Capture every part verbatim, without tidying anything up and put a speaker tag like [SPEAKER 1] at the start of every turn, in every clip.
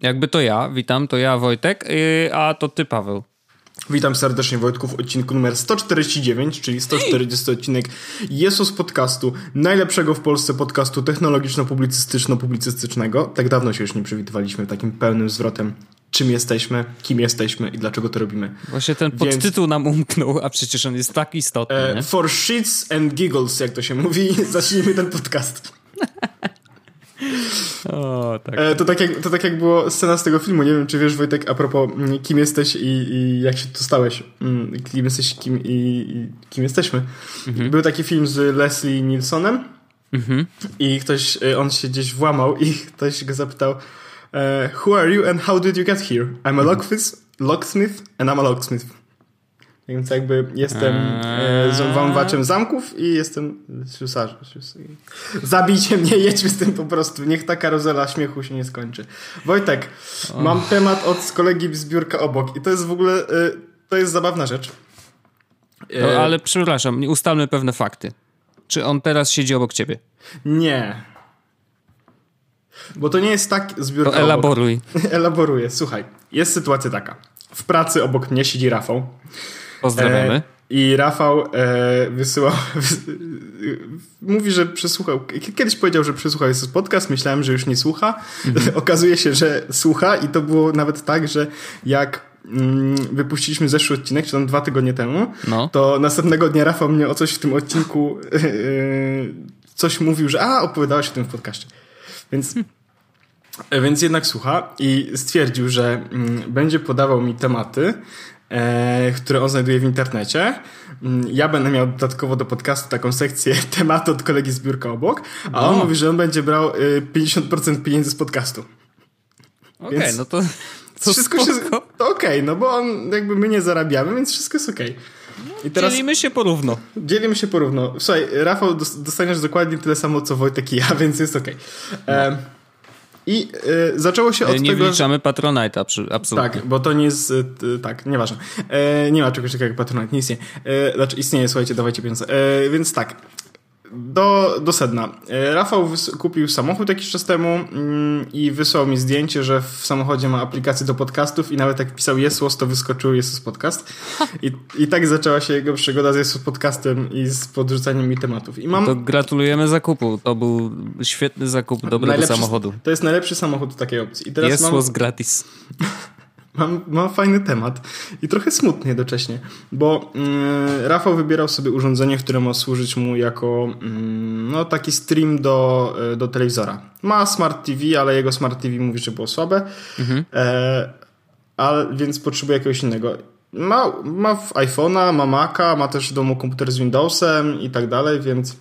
[SPEAKER 1] Jakby to ja, witam, to ja Wojtek, yy, a to ty Paweł.
[SPEAKER 2] Witam serdecznie Wojtku w odcinku numer sto czterdzieści dziewięć, czyli sto czterdziesty odcinek Jesus Podcastu, najlepszego w Polsce podcastu technologiczno-publicystyczno-publicystycznego. Tak dawno się już nie przywitywaliśmy takim pełnym zwrotem, czym jesteśmy, kim jesteśmy i dlaczego to robimy.
[SPEAKER 1] Właśnie ten podtytuł Więc, nam umknął, a przecież on jest tak istotny. E, nie?
[SPEAKER 2] For shits and giggles, jak to się mówi, zacznijmy ten podcast.
[SPEAKER 1] O, tak.
[SPEAKER 2] E, to, tak jak, to tak jak było scena z tego filmu. Nie wiem, czy wiesz, Wojtek, a propos kim jesteś i, i jak się tu stałeś. Kim jesteś kim i, i kim jesteśmy. Mhm. Był taki film z Leslie Nielsonem mhm. i ktoś, on się gdzieś włamał i ktoś go zapytał Who are you and how did you get here? I'm a locksmith, locksmith and I'm a locksmith. Więc jakby jestem e, włamywaczem zamków i jestem ślusarzem. Zabijcie mnie, jedźmy z tym po prostu. Niech ta karuzela śmiechu się nie skończy. Wojtek, oh. mam temat od kolegi z biurka obok i to jest w ogóle, e, to jest zabawna rzecz.
[SPEAKER 1] E, no, ale przepraszam, ustalmy pewne fakty. Czy on teraz siedzi obok ciebie?
[SPEAKER 2] Nie. Bo to nie jest tak z biurka
[SPEAKER 1] to elaboruj.
[SPEAKER 2] obok. Elaboruję. Słuchaj, jest sytuacja taka. W pracy obok mnie siedzi Rafał.
[SPEAKER 1] Pozdrawiamy.
[SPEAKER 2] E, I Rafał e, wysyłał... mówi, że przesłuchał... Kiedyś powiedział, że przesłuchał jest podcast. Myślałem, że już nie słucha. Mhm. Okazuje się, że słucha i to było nawet tak, że jak mm, wypuściliśmy zeszły odcinek, czy tam dwa tygodnie temu, no. to następnego dnia Rafał mnie o coś w tym odcinku e, coś mówił, że a, opowiadałeś o tym w podcaście. Więc... Hmm. Więc jednak słucha i stwierdził, że mm, będzie podawał mi tematy, e, które on znajduje w internecie. Ja będę miał dodatkowo do podcastu taką sekcję tematy od kolegi z biurka obok, a no. on mówi, że on będzie brał y, pięćdziesiąt procent pieniędzy z podcastu.
[SPEAKER 1] Okej, okay, no to, to
[SPEAKER 2] wszystko się, to okej, okay, no bo on jakby my nie zarabiamy, więc wszystko jest okej. Okay.
[SPEAKER 1] I teraz dzielimy się porówno.
[SPEAKER 2] Dzielimy się porówno. Słuchaj, Rafał, dostaniesz dokładnie tyle samo, co Wojtek i ja, więc jest okej. Okay. E, I y, zaczęło się od
[SPEAKER 1] nie
[SPEAKER 2] tego...
[SPEAKER 1] Nie wliczamy Patronite'a, absolutnie.
[SPEAKER 2] Tak, bo to nie jest... Y, tak, nieważne. E, nie ma czegoś takiego jak Patronite, nie istnieje. E, znaczy istnieje, słuchajcie, dawajcie pieniądze. E, więc tak, do, do sedna. E, Rafał wys- kupił samochód jakiś czas temu mm, i wysłał mi zdjęcie, że w samochodzie ma aplikację do podcastów i nawet jak pisał Jesus, to wyskoczył Jesus Podcast. I, I tak zaczęła się jego przygoda z Jesus Podcastem i z podrzucaniem mi tematów. I mam...
[SPEAKER 1] To gratulujemy zakupu. To był świetny zakup dobrego najlepszy, samochodu.
[SPEAKER 2] To jest najlepszy samochód w takiej opcji. I teraz
[SPEAKER 1] Jesus
[SPEAKER 2] mam...
[SPEAKER 1] gratis.
[SPEAKER 2] Mam, mam fajny temat i trochę smutny jednocześnie, bo yy, Rafał wybierał sobie urządzenie, które ma służyć mu jako yy, no, taki stream do, yy, do telewizora. Ma Smart T V, ale jego Smart T V mówi, że było słabe, mhm. e, a, więc potrzebuje jakiegoś innego. Ma, ma iPhone'a, ma Maca, ma też w domu komputer z Windowsem i tak dalej, więc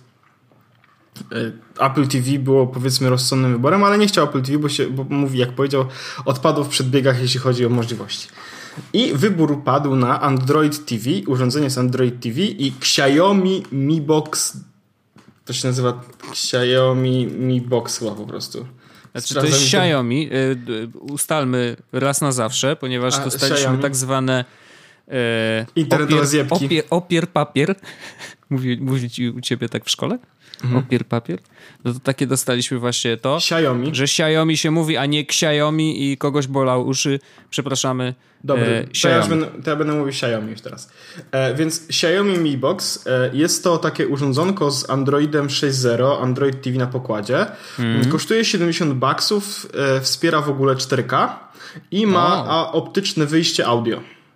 [SPEAKER 2] Apple T V było powiedzmy rozsądnym wyborem, ale nie chciał Apple T V, bo, się, bo mówi, jak powiedział, odpadł w przedbiegach, jeśli chodzi o możliwości. I wybór padł na Android T V, urządzenie z Android T V i Xiaomi Mi Box. To się nazywa Xiaomi Mi Box chyba po prostu.
[SPEAKER 1] Znaczy, to jest Xiaomi. To... Ustalmy raz na zawsze, ponieważ A, dostaliśmy Xiaomi. tak zwane e,
[SPEAKER 2] internetowe zjebki.
[SPEAKER 1] Opier, opier papier. Mówi, mówi ci u ciebie tak w szkole? Mhm. Opier papier? No to takie dostaliśmy właśnie to,
[SPEAKER 2] Xiaomi.
[SPEAKER 1] że Xiaomi się mówi, a nie Xiaomi i kogoś bolał uszy. Przepraszamy.
[SPEAKER 2] Dobry, e, to, ja będę, to ja będę mówił Xiaomi już teraz. E, więc Xiaomi Mi Box e, jest to takie urządzonko z Androidem sześć zero, Android T V na pokładzie. Mm. Kosztuje siedemdziesiąt baksów, e, wspiera w ogóle cztery K i ma a, optyczne wyjście audio.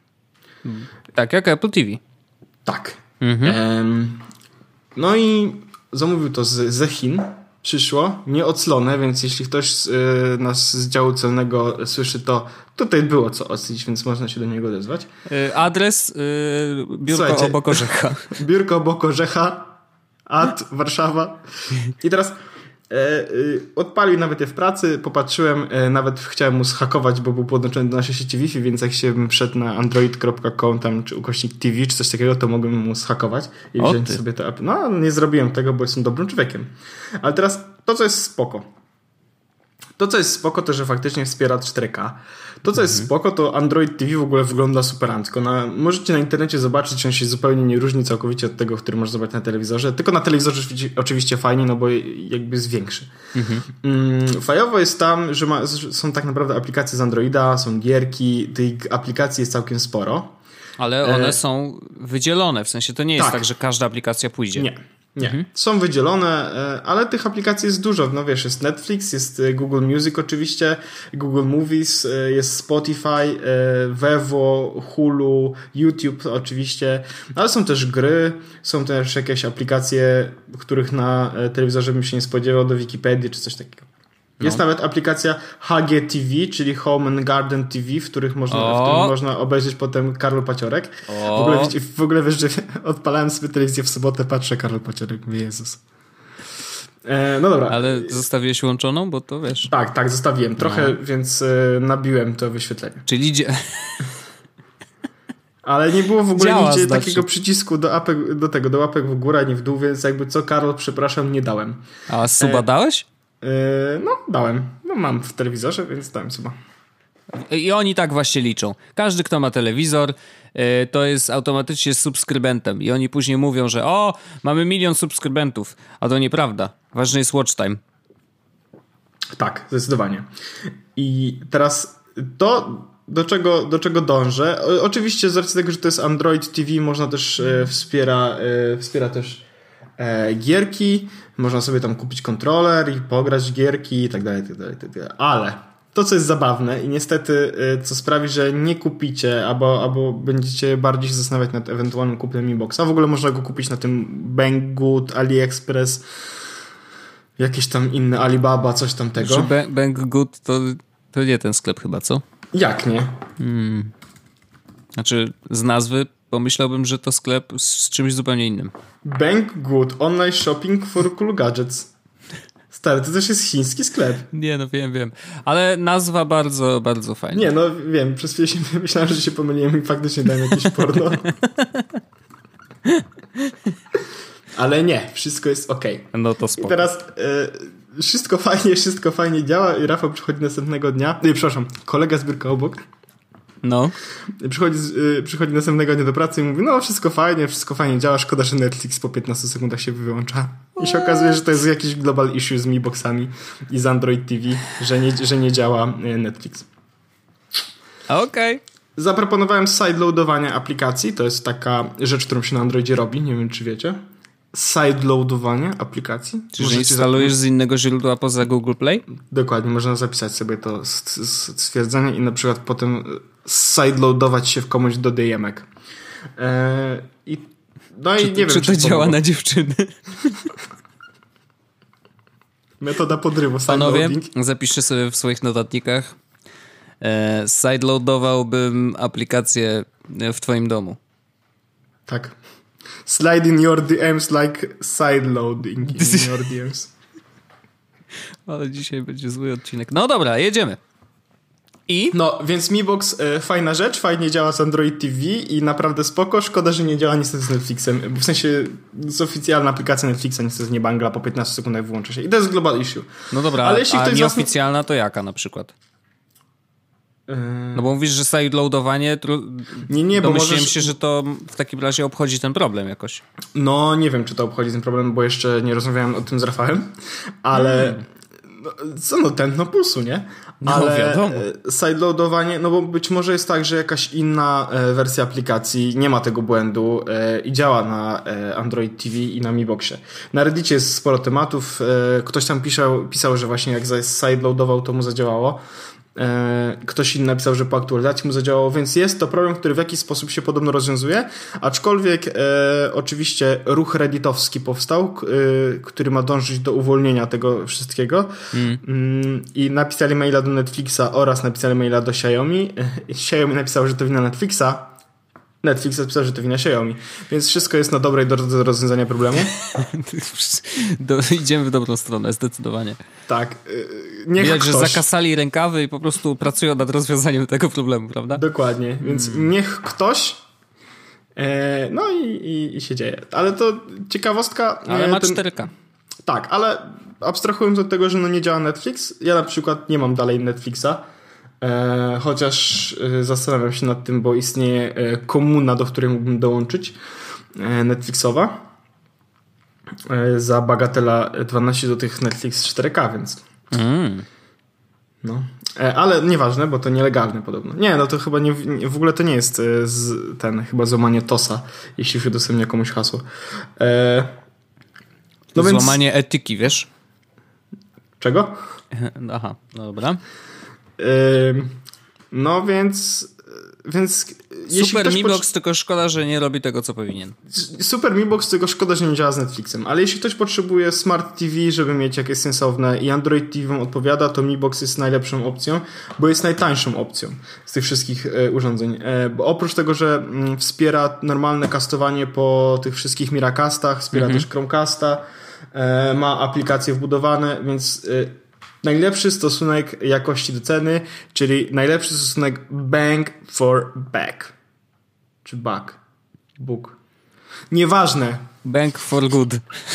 [SPEAKER 1] Tak jak Apple T V.
[SPEAKER 2] Tak. Mhm. E, no i zamówił to z, ze Chin. Przyszło, nieoclone, więc jeśli ktoś z y, nas z działu celnego słyszy, to tutaj było co oclić, więc można się do niego odezwać.
[SPEAKER 1] Y, adres y, biurko Słuchajcie, obok Orzecha.
[SPEAKER 2] Biurko obok Orzecha, ad Warszawa. I teraz e, y, odpalił nawet je w pracy, popatrzyłem, e, nawet chciałem mu zhakować, bo był podłączony do naszej sieci Wi-Fi, więc jak się wszedł na android kropka com tam, czy ukośnik T V, czy coś takiego, to mogłem mu zhakować i o, wziąć ty. sobie to. No, nie zrobiłem tego, bo jestem dobrym człowiekiem. Ale teraz to, co jest spoko. To, co jest spoko, to, że faktycznie wspiera cztery K. To, co jest mhm. spoko, to Android T V w ogóle wygląda superancko. Na, możecie na internecie zobaczyć, że on się zupełnie nie różni całkowicie od tego, który możesz zobaczyć na telewizorze. Tylko na telewizorze oczywiście fajnie, no bo jakby jest większy. Mhm. Mm, fajowo jest tam, że ma, są tak naprawdę aplikacje z Androida, są gierki, tych aplikacji jest całkiem sporo.
[SPEAKER 1] Ale one e... są wydzielone, w sensie to nie jest tak, tak że każda aplikacja pójdzie.
[SPEAKER 2] Nie. Nie, mhm. są wydzielone, ale tych aplikacji jest dużo. No wiesz, jest Netflix, jest Google Music oczywiście, Google Movies, jest Spotify, Vevo, Hulu, YouTube oczywiście, ale są też gry, są też jakieś aplikacje, których na telewizorze bym się nie spodziewał, do Wikipedii czy coś takiego. Jest no. nawet aplikacja H G T V, czyli Home and Garden T V, w których można, w którym można obejrzeć potem Karol Paciorek. W ogóle, w ogóle wiesz, że odpalałem sobie telewizję w sobotę, patrzę Karol Paciorek, mówię, Jezus. E, no dobra.
[SPEAKER 1] Ale zostawiłeś łączoną, bo to wiesz.
[SPEAKER 2] Tak, tak, zostawiłem trochę, no. więc e, nabiłem to wyświetlenie.
[SPEAKER 1] Czyli idzie...
[SPEAKER 2] Ale nie było w ogóle Działa, nigdzie znaczy. takiego przycisku do, apek, do tego, do łapek w górę, nie w dół, więc jakby co, Karol, przepraszam, nie dałem.
[SPEAKER 1] A suba e, dałeś?
[SPEAKER 2] No, dałem. No, mam w telewizorze, więc dałem suba.
[SPEAKER 1] I oni tak właśnie liczą. Każdy, kto ma telewizor, to jest automatycznie subskrybentem. I oni później mówią, że o, mamy milion subskrybentów. A to nieprawda. Ważny jest watch time.
[SPEAKER 2] Tak, zdecydowanie. I teraz to, do czego, do czego dążę. O, oczywiście z racji tego, że to jest Android T V, można też e, wspiera, e, wspiera też e, gierki. Można sobie tam kupić kontroler i pograć w gierki i tak dalej, tak dalej, tak dalej. Ale to, co jest zabawne i niestety, co sprawi, że nie kupicie, albo, albo będziecie bardziej się zastanawiać nad ewentualnym kupnem Mi Boxa. W ogóle można go kupić na tym Banggood, AliExpress, jakieś tam inne Alibaba, coś tam tego.
[SPEAKER 1] Ba- Banggood to, to nie ten sklep chyba, co?
[SPEAKER 2] Jak nie?
[SPEAKER 1] Hmm. Znaczy z nazwy pomyślałbym, że to sklep z czymś zupełnie innym.
[SPEAKER 2] Banggood, online shopping for cool gadgets. Stary, to też jest chiński sklep.
[SPEAKER 1] Nie, no wiem, wiem. Ale nazwa bardzo, bardzo fajna.
[SPEAKER 2] Nie, no wiem, przez chwilę się myślałem, że się pomyliłem i faktycznie dałem jakieś porno. Ale nie, wszystko jest okej. Okay.
[SPEAKER 1] No to spoko.
[SPEAKER 2] I teraz y, wszystko fajnie, wszystko fajnie działa i Rafał przychodzi następnego dnia. Nie, przepraszam, kolega z biurka obok.
[SPEAKER 1] No.
[SPEAKER 2] Przychodzi, yy, przychodzi następnego dnia do pracy i mówi, no wszystko fajnie, wszystko fajnie działa, szkoda, że Netflix po piętnastu sekundach się wyłącza. I się okazuje, że to jest jakiś global issue z Mi Boxami i z Android T V, że nie, że nie działa Netflix.
[SPEAKER 1] Okej. Okay.
[SPEAKER 2] Zaproponowałem sideloadowanie aplikacji, to jest taka rzecz, którą się na Androidzie robi, nie wiem czy wiecie. Sideloadowanie aplikacji.
[SPEAKER 1] Czyli że instalujesz z innego źródła poza Google Play?
[SPEAKER 2] Dokładnie, można zapisać sobie to stwierdzenie i na przykład potem sideloadować się w komuś do D M-ek. Eee, i, no
[SPEAKER 1] czy
[SPEAKER 2] i nie
[SPEAKER 1] to,
[SPEAKER 2] wiem,
[SPEAKER 1] czy to czy działa pomogło. Na dziewczyny?
[SPEAKER 2] Metoda podrywu.
[SPEAKER 1] Panowie, zapiszcie sobie w swoich notatnikach. Eee, sideloadowałbym aplikację w twoim domu.
[SPEAKER 2] Tak. Slide in your D Ms like sideloading in your D Ms.
[SPEAKER 1] Ale dzisiaj będzie zły odcinek. No dobra, jedziemy. I?
[SPEAKER 2] No, więc Mi Box e, fajna rzecz, fajnie działa z Android T V i naprawdę spoko. Szkoda, że nie działa niestety z Netflixem. W sensie z oficjalna aplikacja Netflixa niestety nie bangla, po piętnastu sekundach wyłącza się. I to jest global issue.
[SPEAKER 1] No dobra, ale jeśli a ktoś nieoficjalna to jaka na przykład? No bo mówisz, że sideloadowanie tru... nie, nie, bo domyśliłem możesz... się, że to w takim razie obchodzi ten problem jakoś.
[SPEAKER 2] No nie wiem, czy to obchodzi ten problem, bo jeszcze nie rozmawiałem o tym z Rafałem, ale hmm. no, co no, tętno pulsu, nie? Ale no, wiadomo. Sideloadowanie, no bo być może jest tak, że jakaś inna wersja aplikacji nie ma tego błędu i działa na Android T V i na Mi Boxie. Na Reddicie jest sporo tematów, ktoś tam pisał, pisał, że właśnie jak sideloadował, to mu zadziałało. Ktoś inny napisał, że po aktualizacji mu zadziałało, więc jest to problem, który w jakiś sposób się podobno rozwiązuje, aczkolwiek e, oczywiście ruch redditowski powstał, k, e, który ma dążyć do uwolnienia tego wszystkiego mm. Mm, i napisali maila do Netflixa oraz napisali maila do Xiaomi. Xiaomi napisał, że to wina Netflixa, Netflix napisał, że to wina Xiaomi, więc wszystko jest na dobrej drodze do rozwiązania problemu.
[SPEAKER 1] do, idziemy w dobrą stronę, zdecydowanie.
[SPEAKER 2] Tak. Niech
[SPEAKER 1] Widać,
[SPEAKER 2] ktoś...
[SPEAKER 1] że zakasali rękawy i po prostu pracują nad rozwiązaniem tego problemu, prawda?
[SPEAKER 2] Dokładnie, więc hmm. niech ktoś e, no i, i, i się dzieje. Ale to ciekawostka...
[SPEAKER 1] Ale ma
[SPEAKER 2] ten...
[SPEAKER 1] cztery K.
[SPEAKER 2] Tak, ale abstrahując od tego, że no nie działa Netflix, ja na przykład nie mam dalej Netflixa, e, chociaż e, zastanawiam się nad tym, bo istnieje e, komuna, do której mógłbym dołączyć, e, Netflixowa, e, za bagatela dwanaście złotych Netflix cztery K, więc... Mm. No. E, ale nieważne, bo to nielegalne podobno. Nie, no to chyba nie, nie, w ogóle to nie jest e, z, ten, chyba złamanie tosa, jeśli się udostępnia komuś hasło. E,
[SPEAKER 1] no złamanie więc... etyki, wiesz?
[SPEAKER 2] Czego?
[SPEAKER 1] Aha, no dobra.
[SPEAKER 2] E, no więc... więc
[SPEAKER 1] Super Mi Box, pot... tylko szkoda, że nie robi tego, co powinien.
[SPEAKER 2] Super Mi Box, tylko szkoda, że nie działa z Netflixem. Ale jeśli ktoś potrzebuje Smart T V, żeby mieć jakieś sensowne i Android T V mu odpowiada, to Mi Box jest najlepszą opcją, bo jest najtańszą opcją z tych wszystkich e, urządzeń. E, bo oprócz tego, że m, wspiera normalne castowanie po tych wszystkich Miracastach, wspiera mhm. też Chromecasta, e, ma aplikacje wbudowane, więc... E, najlepszy stosunek jakości do ceny, czyli najlepszy stosunek bang for buck. Czy buck? Book. Nieważne.
[SPEAKER 1] Bang for good.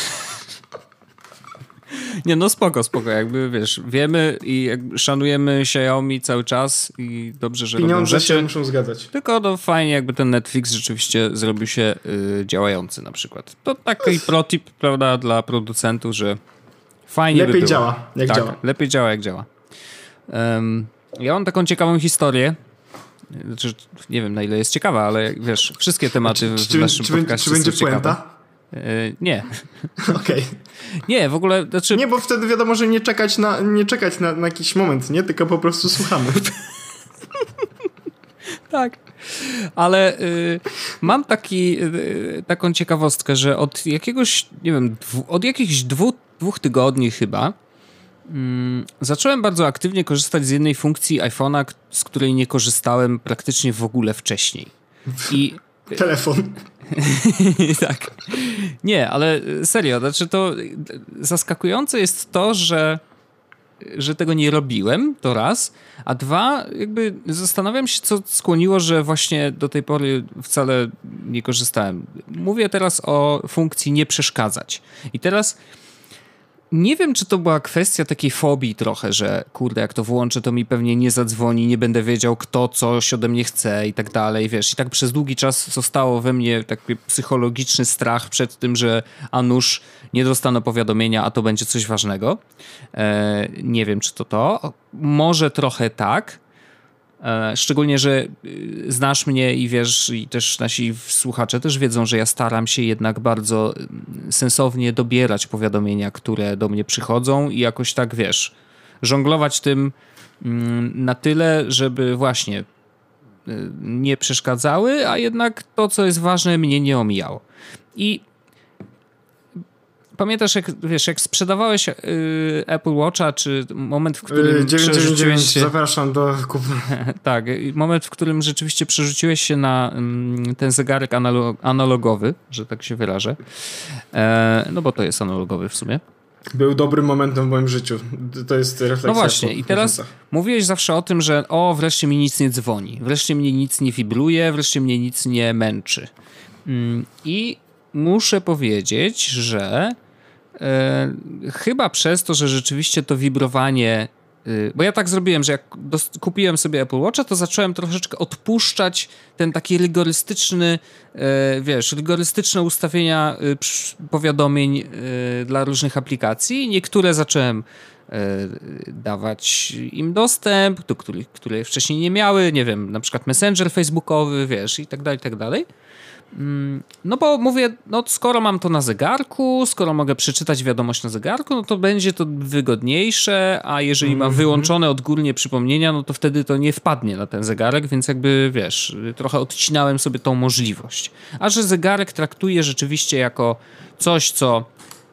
[SPEAKER 1] Nie, no spoko, spoko. Jakby, wiesz, wiemy i szanujemy Xiaomi cały czas i dobrze, że
[SPEAKER 2] pieniądze
[SPEAKER 1] robią rzeczy.
[SPEAKER 2] się muszą zgadzać.
[SPEAKER 1] Tylko no fajnie, jakby ten Netflix rzeczywiście zrobił się y, działający na przykład. To taki protip, prawda, dla producentów, że fajnie
[SPEAKER 2] lepiej
[SPEAKER 1] by było.
[SPEAKER 2] działa, jak
[SPEAKER 1] tak,
[SPEAKER 2] działa.
[SPEAKER 1] Lepiej działa, jak działa. Um, ja mam taką ciekawą historię. Znaczy, nie wiem, na ile jest ciekawa, ale wiesz, wszystkie tematy
[SPEAKER 2] czy,
[SPEAKER 1] w
[SPEAKER 2] czy,
[SPEAKER 1] naszym
[SPEAKER 2] czy,
[SPEAKER 1] podcaście
[SPEAKER 2] czy będzie
[SPEAKER 1] są ciekawe.
[SPEAKER 2] puenta?
[SPEAKER 1] Yy, nie.
[SPEAKER 2] Okej. Okay.
[SPEAKER 1] Nie, w ogóle... Znaczy...
[SPEAKER 2] Nie, bo wtedy wiadomo, że nie czekać na, nie czekać na, na jakiś moment, nie? Tylko po prostu słuchamy.
[SPEAKER 1] Tak. Ale y, mam taki, y, taką ciekawostkę, że od jakiegoś, nie wiem, dwu, od jakichś dwu, dwóch tygodni chyba y, zacząłem bardzo aktywnie korzystać z jednej funkcji iPhone'a, z której nie korzystałem praktycznie w ogóle wcześniej. I
[SPEAKER 2] telefon.
[SPEAKER 1] tak. Nie, ale serio, znaczy to zaskakujące jest to, że że tego nie robiłem, to raz, a dwa, jakby zastanawiam się, co skłoniło, że właśnie do tej pory wcale nie korzystałem. Mówię teraz o funkcji nie przeszkadzać. I teraz nie wiem, czy to była kwestia takiej fobii trochę, że kurde, jak to włączę, to mi pewnie nie zadzwoni, nie będę wiedział, kto coś ode mnie chce i tak dalej, wiesz. I tak przez długi czas zostało we mnie taki psychologiczny strach przed tym, że a nuż nie dostanę powiadomienia, a to będzie coś ważnego. E, nie wiem, czy to to. Może trochę tak. Szczególnie, że znasz mnie i wiesz, i też nasi słuchacze też wiedzą, że ja staram się jednak bardzo sensownie dobierać powiadomienia, które do mnie przychodzą i jakoś tak, wiesz, żonglować tym na tyle, żeby właśnie nie przeszkadzały, a jednak to, co jest ważne, mnie nie omijało. I pamiętasz, jak, wiesz, jak sprzedawałeś yy, Apple Watcha, czy moment, w którym
[SPEAKER 2] dziewięć dziewięć dziewięć, się... zapraszam do kupna.
[SPEAKER 1] Tak, moment, w którym rzeczywiście przerzuciłeś się na mm, ten zegarek analog- analogowy, że tak się wyrażę. E, no bo to jest analogowy w sumie.
[SPEAKER 2] Był dobrym momentem w moim życiu. To jest refleksja.
[SPEAKER 1] No właśnie, i teraz miesiącach. Mówiłeś zawsze o tym, że o, wreszcie mi nic nie dzwoni, wreszcie mnie nic nie wibruje, wreszcie mnie nic nie męczy. Mm, I muszę powiedzieć, że e, chyba przez to, że rzeczywiście to wibrowanie, e, bo ja tak zrobiłem, że jak dos- kupiłem sobie Apple Watcha, to zacząłem troszeczkę odpuszczać ten taki rygorystyczny, e, wiesz, rygorystyczne ustawienia e, przy, powiadomień e, dla różnych aplikacji. Niektóre zacząłem e, dawać im dostęp, do których, które wcześniej nie miały, nie wiem, na przykład Messenger facebookowy, wiesz, i tak dalej, i tak dalej. No bo mówię, no skoro mam to na zegarku, skoro mogę przeczytać wiadomość na zegarku, no to będzie to wygodniejsze, a jeżeli mam wyłączone odgórnie przypomnienia, no to wtedy to nie wpadnie na ten zegarek, więc jakby, wiesz, trochę odcinałem sobie tą możliwość. A że zegarek traktuję rzeczywiście jako coś, co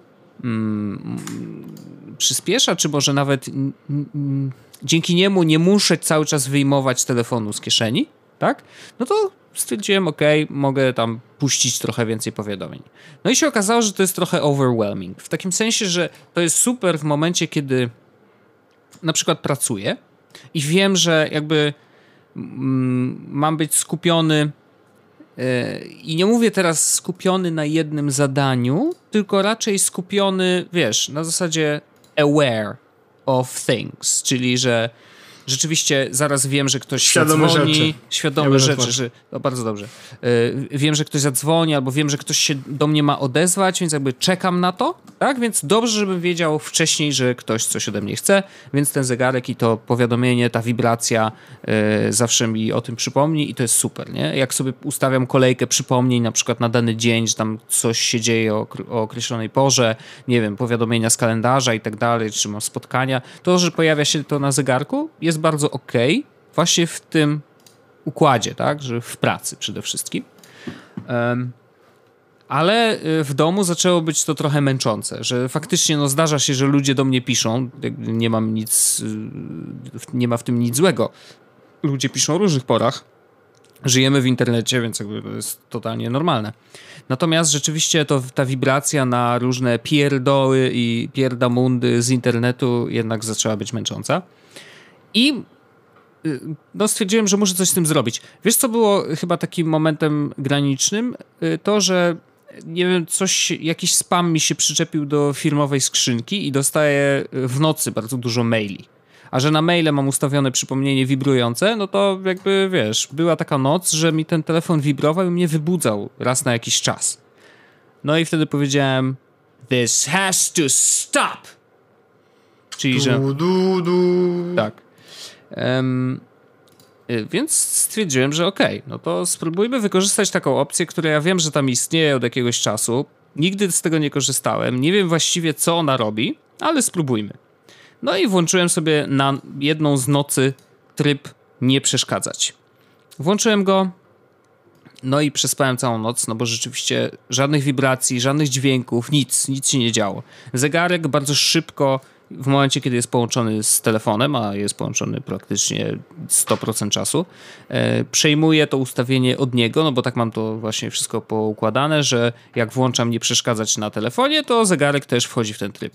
[SPEAKER 1] mm, przyspiesza, czy może nawet n- n- dzięki niemu nie muszę cały czas wyjmować telefonu z kieszeni, tak? No to stwierdziłem, ok, mogę tam puścić trochę więcej powiadomień. No i się okazało, że to jest trochę overwhelming. W takim sensie, że to jest super w momencie, kiedy na przykład pracuję i wiem, że jakby mm, mam być skupiony yy, i nie mówię teraz skupiony na jednym zadaniu, tylko raczej skupiony, wiesz, na zasadzie aware of things, czyli że rzeczywiście zaraz wiem, że ktoś
[SPEAKER 2] świadome
[SPEAKER 1] zadzwoni,
[SPEAKER 2] rzeczy.
[SPEAKER 1] świadome
[SPEAKER 2] ja
[SPEAKER 1] rzeczy, że no bardzo dobrze. Yy, wiem, że ktoś zadzwoni, albo wiem, że ktoś się do mnie ma odezwać, więc jakby czekam na to, tak? Więc dobrze, żebym wiedział wcześniej, że ktoś coś ode mnie chce, więc ten zegarek i to powiadomienie, ta wibracja yy, zawsze mi o tym przypomni i to jest super, nie? Jak sobie ustawiam kolejkę przypomnień, na przykład na dany dzień, że tam coś się dzieje o, o określonej porze, nie wiem, powiadomienia z kalendarza i tak dalej, czy mam spotkania, to, że pojawia się to na zegarku, jest bardzo okej, okay, właśnie w tym układzie, tak, że w pracy przede wszystkim. Um, ale w domu zaczęło być to trochę męczące, że faktycznie no, zdarza się, że ludzie do mnie piszą, nie mam nic, nie ma w tym nic złego. Ludzie piszą o różnych porach, żyjemy w internecie, więc jakby to jest totalnie normalne. Natomiast rzeczywiście to ta wibracja na różne pierdoły i pierdamundy z internetu jednak zaczęła być męcząca. I no stwierdziłem, że muszę coś z tym zrobić. Wiesz, co było chyba takim momentem granicznym? To, że nie wiem, coś, jakiś spam mi się przyczepił do firmowej skrzynki i dostaję w nocy bardzo dużo maili. A że na maile mam ustawione przypomnienie wibrujące, no to jakby, wiesz, była taka noc, że mi ten telefon wibrował i mnie wybudzał raz na jakiś czas. No i wtedy powiedziałem, this has to stop! Czyli, że...
[SPEAKER 2] Du, du, du.
[SPEAKER 1] Tak. Um, więc stwierdziłem, że okej, okay, no to spróbujmy wykorzystać taką opcję, która ja wiem, że tam istnieje od jakiegoś czasu. Nigdy z tego nie korzystałem. Nie wiem właściwie, co ona robi, ale spróbujmy. No i włączyłem sobie na jedną z nocy tryb nie przeszkadzać. Włączyłem go, no i przespałem całą noc, no bo rzeczywiście żadnych wibracji, żadnych dźwięków, nic, nic się nie działo. Zegarek bardzo szybko, w momencie, kiedy jest połączony z telefonem, a jest połączony praktycznie sto procent czasu, e, przejmuje to ustawienie od niego, no bo tak mam to właśnie wszystko poukładane, że jak włączam nie przeszkadzać na telefonie, to zegarek też wchodzi w ten tryb.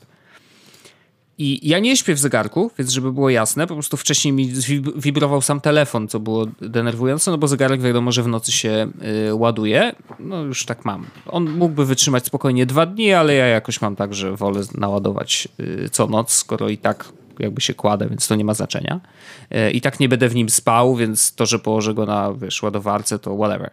[SPEAKER 1] I ja nie śpię w zegarku, więc żeby było jasne, po prostu wcześniej mi wibrował sam telefon, co było denerwujące, no bo zegarek wiadomo, że w nocy się y, ładuje. No już tak mam. On mógłby wytrzymać spokojnie dwa dni, ale ja jakoś mam tak, że wolę naładować y, co noc, skoro i tak jakby się kładę, więc to nie ma znaczenia. Y, I tak nie będę w nim spał, więc to, że położę go na, wiesz, ładowarce, to whatever.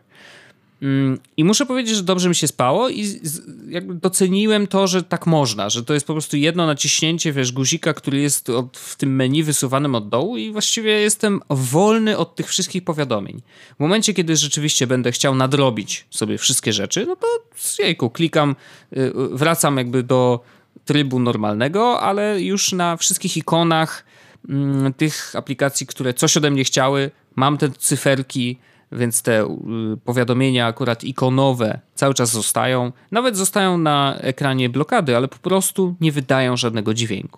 [SPEAKER 1] I muszę powiedzieć, że dobrze mi się spało i jakby doceniłem to, że tak można, że to jest po prostu jedno naciśnięcie, wiesz, guzika, który jest od, w tym menu wysuwanym od dołu i właściwie jestem wolny od tych wszystkich powiadomień. W momencie, kiedy rzeczywiście będę chciał nadrobić sobie wszystkie rzeczy, no to jejku, klikam, wracam jakby do trybu normalnego, ale już na wszystkich ikonach mm, tych aplikacji, które coś ode mnie chciały, mam te cyferki, więc te y, powiadomienia akurat ikonowe cały czas zostają. Nawet zostają na ekranie blokady, ale po prostu nie wydają żadnego dźwięku.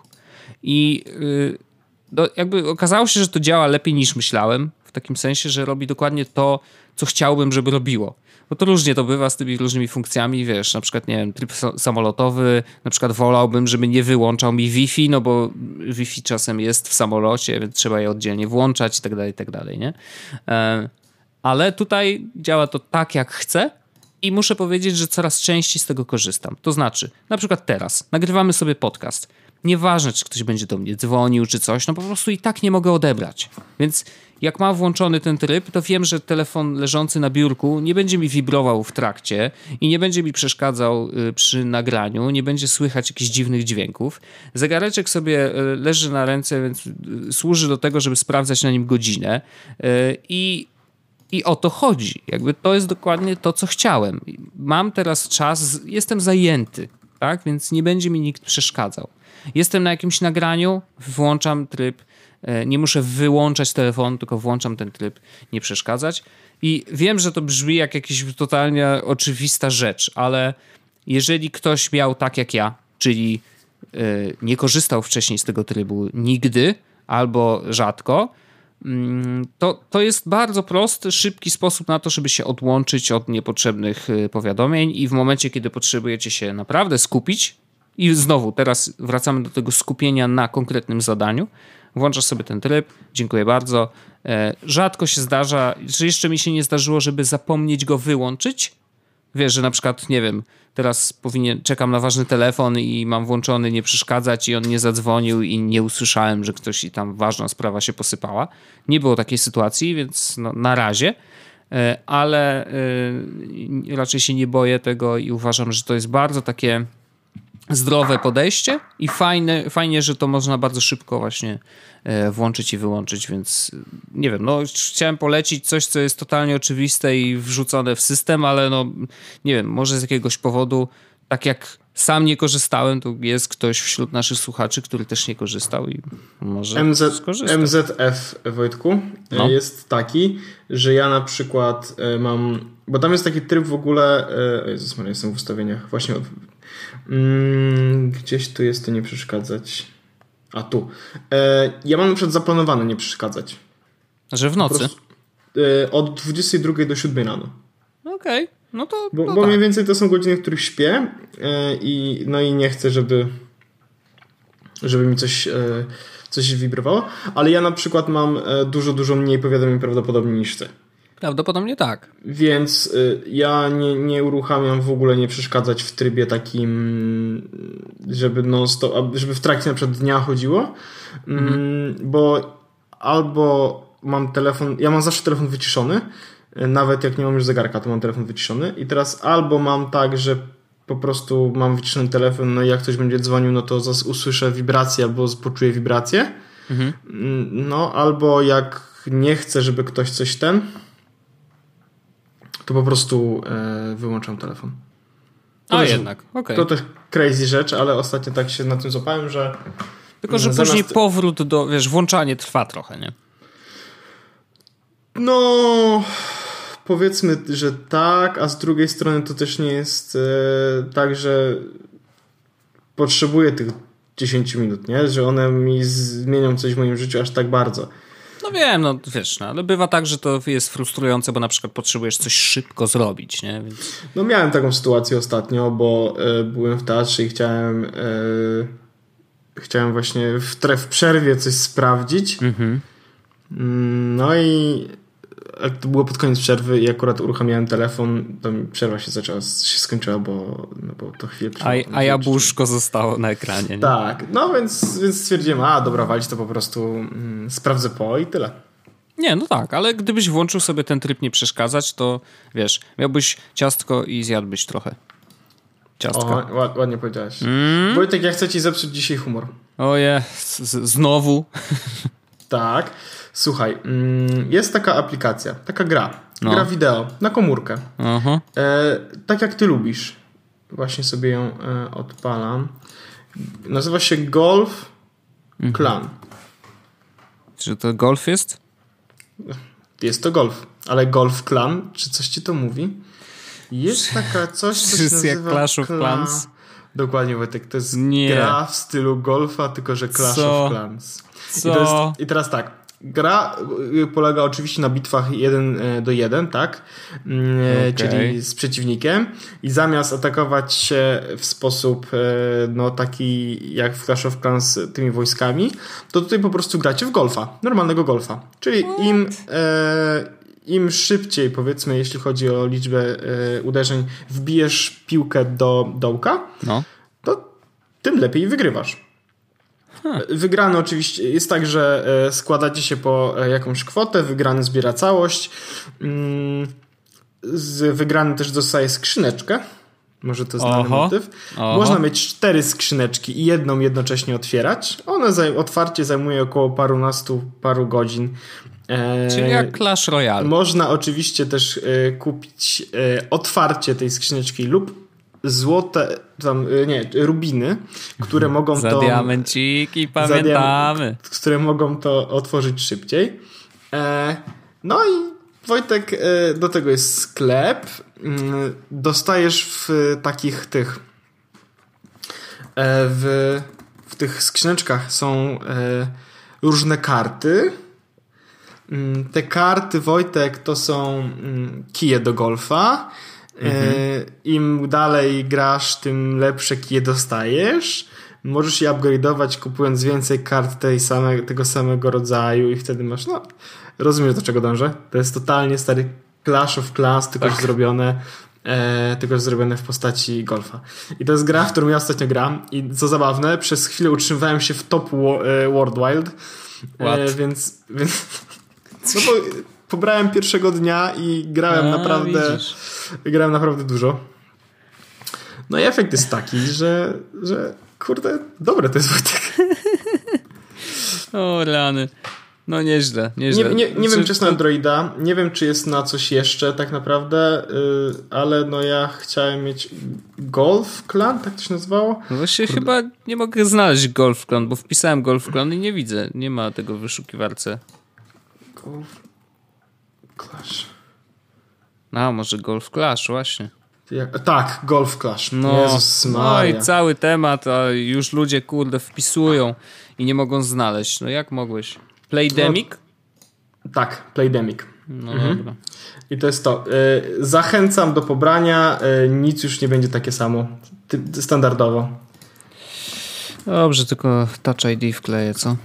[SPEAKER 1] I y, do, jakby okazało się, że to działa lepiej niż myślałem. W takim sensie, że robi dokładnie to, co chciałbym, żeby robiło. Bo to różnie to bywa z tymi różnymi funkcjami, wiesz, na przykład, nie wiem, tryb samolotowy, na przykład wolałbym, żeby nie wyłączał mi Wi-Fi, no bo Wi-Fi czasem jest w samolocie, więc trzeba je oddzielnie włączać i tak dalej, i tak dalej, nie? E- Ale tutaj działa to tak, jak chcę i muszę powiedzieć, że coraz częściej z tego korzystam. To znaczy, na przykład teraz nagrywamy sobie podcast. Nieważne, czy ktoś będzie do mnie dzwonił, czy coś, no po prostu i tak nie mogę odebrać. Więc jak mam włączony ten tryb, to wiem, że telefon leżący na biurku nie będzie mi wibrował w trakcie i nie będzie mi przeszkadzał przy nagraniu, nie będzie słychać jakichś dziwnych dźwięków. Zegareczek sobie leży na ręce, więc służy do tego, żeby sprawdzać na nim godzinę i I o to chodzi. Jakby to jest dokładnie to, co chciałem. Mam teraz czas, jestem zajęty, tak? Więc nie będzie mi nikt przeszkadzał. Jestem na jakimś nagraniu, włączam tryb, nie muszę wyłączać telefonu, tylko włączam ten tryb, nie przeszkadzać. I wiem, że to brzmi jak jakaś totalnie oczywista rzecz, ale jeżeli ktoś miał tak jak ja, czyli nie korzystał wcześniej z tego trybu nigdy albo rzadko, To, to jest bardzo prosty, szybki sposób na to, żeby się odłączyć od niepotrzebnych powiadomień i w momencie, kiedy potrzebujecie się naprawdę skupić i znowu teraz wracamy do tego skupienia na konkretnym zadaniu, włączasz sobie ten tryb, dziękuję bardzo. Rzadko się zdarza, że jeszcze mi się nie zdarzyło, żeby zapomnieć go wyłączyć, wiesz, że na przykład, nie wiem, teraz powinien, czekam na ważny telefon i mam włączony nie przeszkadzać i on nie zadzwonił i nie usłyszałem, że ktoś i tam ważna sprawa się posypała. Nie było takiej sytuacji, więc no, na razie, ale y, raczej się nie boję tego i uważam, że to jest bardzo takie zdrowe podejście i fajne, fajnie, że to można bardzo szybko właśnie włączyć i wyłączyć, więc nie wiem, no chciałem polecić coś, co jest totalnie oczywiste i wrzucone w system, ale no nie wiem, może z jakiegoś powodu, tak jak sam nie korzystałem, to jest ktoś wśród naszych słuchaczy, który też nie korzystał i może
[SPEAKER 2] M Z,
[SPEAKER 1] skorzysta.
[SPEAKER 2] M Z F, Wojtku, no. jest taki, że ja na przykład mam, bo tam jest taki tryb w ogóle, Jezus Maria, jestem w ustawieniach, właśnie od, mm, gdzieś tu jest to nie przeszkadzać. A tu. Ja mam na przykład zaplanowane nie przeszkadzać.
[SPEAKER 1] Że w nocy?
[SPEAKER 2] Prostu, od dwudziestej drugiej do siódmej rano.
[SPEAKER 1] Okej. Okay. No to,
[SPEAKER 2] bo,
[SPEAKER 1] no
[SPEAKER 2] bo
[SPEAKER 1] tak.
[SPEAKER 2] mniej więcej to są godziny, w których śpię i no i nie chcę, żeby żeby mi coś, coś wibrowało, ale ja na przykład mam dużo, dużo mniej powiadomień prawdopodobnie niż ty.
[SPEAKER 1] Prawdopodobnie tak.
[SPEAKER 2] Więc ja nie, nie uruchamiam w ogóle nie przeszkadzać w trybie takim, żeby non stop, żeby w trakcie na przykład dnia chodziło, mhm. bo albo mam telefon, ja mam zawsze telefon wyciszony, nawet jak nie mam już zegarka, to mam telefon wyciszony i teraz albo mam tak, że po prostu mam wyciszony telefon, no i jak ktoś będzie dzwonił, no to usłyszę wibrację albo poczuję wibrację, mhm. no albo jak nie chcę, żeby ktoś coś ten, to po prostu e, wyłączam telefon. To
[SPEAKER 1] A
[SPEAKER 2] też,
[SPEAKER 1] jednak, okej. Okay.
[SPEAKER 2] To też crazy rzecz, ale ostatnio tak się na tym złapałem, że...
[SPEAKER 1] Tylko, że zamiast... później powrót do, wiesz, włączanie trwa trochę, nie?
[SPEAKER 2] No... Powiedzmy, że tak, a z drugiej strony to też nie jest e, tak, że potrzebuję tych dziesięć minut, nie? Że one mi zmienią coś w moim życiu aż tak bardzo.
[SPEAKER 1] No wiem, no wiesz, no, ale bywa tak, że to jest frustrujące, bo na przykład potrzebujesz coś szybko zrobić, nie? Więc...
[SPEAKER 2] No miałem taką sytuację ostatnio, bo e, byłem w teatrze i chciałem e, chciałem właśnie w, w przerwie coś sprawdzić. Mhm. No i jak to było pod koniec przerwy i akurat uruchamiałem telefon, to mi przerwa się zaczęła, się skończyła, bo, no bo to chwilę trwało.
[SPEAKER 1] A, a jabłuszko zostało na ekranie, nie?
[SPEAKER 2] Tak, no więc, więc stwierdziłem, a dobra, walić to po prostu mm, sprawdzę po i tyle.
[SPEAKER 1] Nie, no tak, ale gdybyś włączył sobie ten tryb nie przeszkadzać, to wiesz, miałbyś ciastko i zjadłbyś trochę. Ciastka.
[SPEAKER 2] O, ład, ładnie powiedziałeś. Mm. Wojtek, ja chcę ci zepsuć dzisiaj humor.
[SPEAKER 1] Oje, z- znowu.
[SPEAKER 2] Tak. Słuchaj, jest taka aplikacja, taka gra, no. gra wideo na komórkę. Uh-huh. E, tak jak ty lubisz. Właśnie sobie ją e, odpalam. Nazywa się Golf mhm. Clan.
[SPEAKER 1] Czy to golf jest?
[SPEAKER 2] Jest to golf, ale Golf Clan, czy coś ci to mówi? Jest taka coś, co się nazywa...
[SPEAKER 1] jak Clash of Clans?
[SPEAKER 2] Dokładnie, Wojtek, to jest Nie. gra w stylu golfa, tylko że Clash
[SPEAKER 1] Co?
[SPEAKER 2] of Clans.
[SPEAKER 1] Co?
[SPEAKER 2] I, to jest, I teraz tak, gra polega oczywiście na bitwach jeden do jeden, tak? Okay. Czyli z przeciwnikiem i zamiast atakować się w sposób no taki jak w Clash of Clans tymi wojskami, to tutaj po prostu gracie w golfa, normalnego golfa. Czyli What? im e, im szybciej, powiedzmy, jeśli chodzi o liczbę e, uderzeń, wbijesz piłkę do dołka, no. to tym lepiej wygrywasz. Hmm. Wygrany oczywiście jest tak, że składacie się po jakąś kwotę, wygrany zbiera całość. Wygrany też dostaje skrzyneczkę. Może to znany Oho. motyw. Oho. Można mieć cztery skrzyneczki i jedną jednocześnie otwierać. One zaj- otwarcie zajmuje około parunastu, paru godzin.
[SPEAKER 1] Czyli jak Clash Royale.
[SPEAKER 2] Można oczywiście też kupić otwarcie tej skrzyneczki lub złote, tam, nie, rubiny, które mogą
[SPEAKER 1] za
[SPEAKER 2] to...
[SPEAKER 1] Za diamenciki, pamiętamy.
[SPEAKER 2] Diam- które mogą to otworzyć szybciej. E, no i Wojtek, e, do tego jest sklep. E, dostajesz w takich tych e, w, w tych skrzyneczkach są e, różne karty. E, te karty, Wojtek, to są kije do golfa. Mhm. Im dalej grasz, tym lepsze kije dostajesz. Możesz je upgrade'ować kupując więcej kart tej same, tego samego rodzaju i wtedy masz, no, rozumiesz do czego dążę? To jest totalnie stary Clash of Clans, tylko tak. zrobione e, tylko że zrobione w postaci golfa. I to jest gra, w którą ja ostatnio gram i co zabawne, przez chwilę utrzymywałem się w top World Wild, e, więc, więc no bo pobrałem pierwszego dnia i grałem A, naprawdę widzisz. grałem naprawdę dużo. No i efekt jest taki, że, że kurde, dobre to jest Wojtek.
[SPEAKER 1] O rany. No nieźle, nieźle.
[SPEAKER 2] Nie, nie, nie czy, wiem, czy jest na Androida, nie wiem, czy jest na coś jeszcze tak naprawdę, yy, ale no ja chciałem mieć Golf Clan, tak to się nazywało?
[SPEAKER 1] No właśnie kurde. Chyba nie mogę znaleźć Golf Clan, bo wpisałem Golf Clan i nie widzę, nie ma tego w wyszukiwarce.
[SPEAKER 2] Golf Clash.
[SPEAKER 1] A, może Golf Clash, właśnie.
[SPEAKER 2] Jak, tak, Golf Clash. No, Jezus Maria.
[SPEAKER 1] No i cały temat, a już ludzie kurde wpisują i nie mogą znaleźć. No jak mogłeś? Playdemic?
[SPEAKER 2] No, tak, Playdemic.
[SPEAKER 1] No
[SPEAKER 2] mhm.
[SPEAKER 1] dobra.
[SPEAKER 2] I to jest to. Y, zachęcam do pobrania. Y, nic już nie będzie takie samo. Ty, standardowo.
[SPEAKER 1] Dobrze, tylko Touch I D wkleję, co?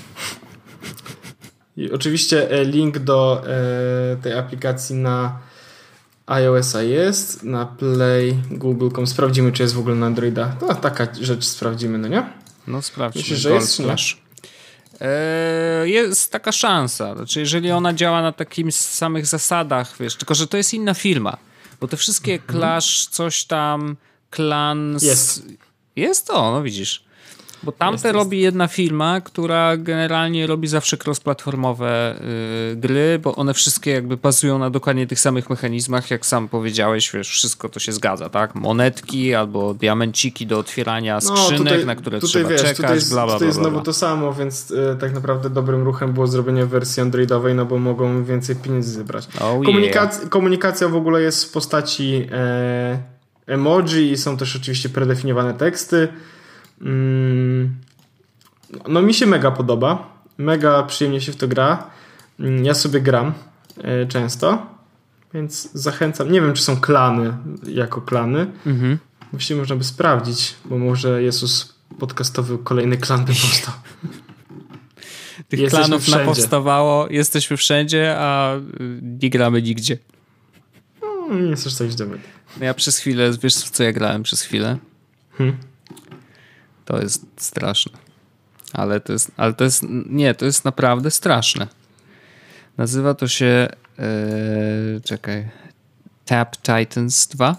[SPEAKER 2] I oczywiście y, link do y, tej aplikacji na iOS-a jest, na Play, Google kropka com. Sprawdzimy, czy jest w ogóle na Androida. To taka rzecz sprawdzimy, no nie?
[SPEAKER 1] No sprawdźmy.
[SPEAKER 2] Myślisz, że jest, czy nie?
[SPEAKER 1] Eee, jest taka szansa. Znaczy, jeżeli ona działa na takich samych zasadach, wiesz, tylko że to jest inna firma, bo te wszystkie mm-hmm. Clash, coś tam, Clans...
[SPEAKER 2] Jest.
[SPEAKER 1] Jest to, no widzisz. Bo tamte jest, robi jest. jedna firma, która generalnie robi zawsze cross-platformowe yy, gry, bo one wszystkie jakby bazują na dokładnie tych samych mechanizmach, jak sam powiedziałeś, wiesz, wszystko to się zgadza, tak? Monetki albo diamenciki do otwierania skrzynek, no, tutaj, na które
[SPEAKER 2] tutaj,
[SPEAKER 1] trzeba
[SPEAKER 2] wiesz,
[SPEAKER 1] czekać,
[SPEAKER 2] tutaj jest,
[SPEAKER 1] bla, bla,
[SPEAKER 2] tutaj jest
[SPEAKER 1] bla, bla.
[SPEAKER 2] znowu to samo, więc y, tak naprawdę dobrym ruchem było zrobienie wersji androidowej, no bo mogą więcej pieniędzy zebrać.
[SPEAKER 1] Oh,
[SPEAKER 2] Komunikac-
[SPEAKER 1] yeah.
[SPEAKER 2] Komunikacja w ogóle jest w postaci e, emoji i są też oczywiście predefiniowane teksty. Mm, no mi się mega podoba. Mega przyjemnie się w to gra. Ja sobie gram e, często, więc zachęcam. Nie wiem, czy są klany jako klany. Mhm. Właściwie można by sprawdzić, bo może Jezus podcastowy kolejny klan by powstał.
[SPEAKER 1] Tych jesteśmy klanów wszędzie. Napowstawało, jesteśmy wszędzie, a nie gramy nigdzie.
[SPEAKER 2] No, nie chcesz coś zrobić.
[SPEAKER 1] No ja przez chwilę, wiesz w co ja grałem przez chwilę? Hmm? To jest straszne. Ale to jest, ale to jest, nie, to jest naprawdę straszne. Nazywa to się, yy, czekaj, Tap Titans dwa.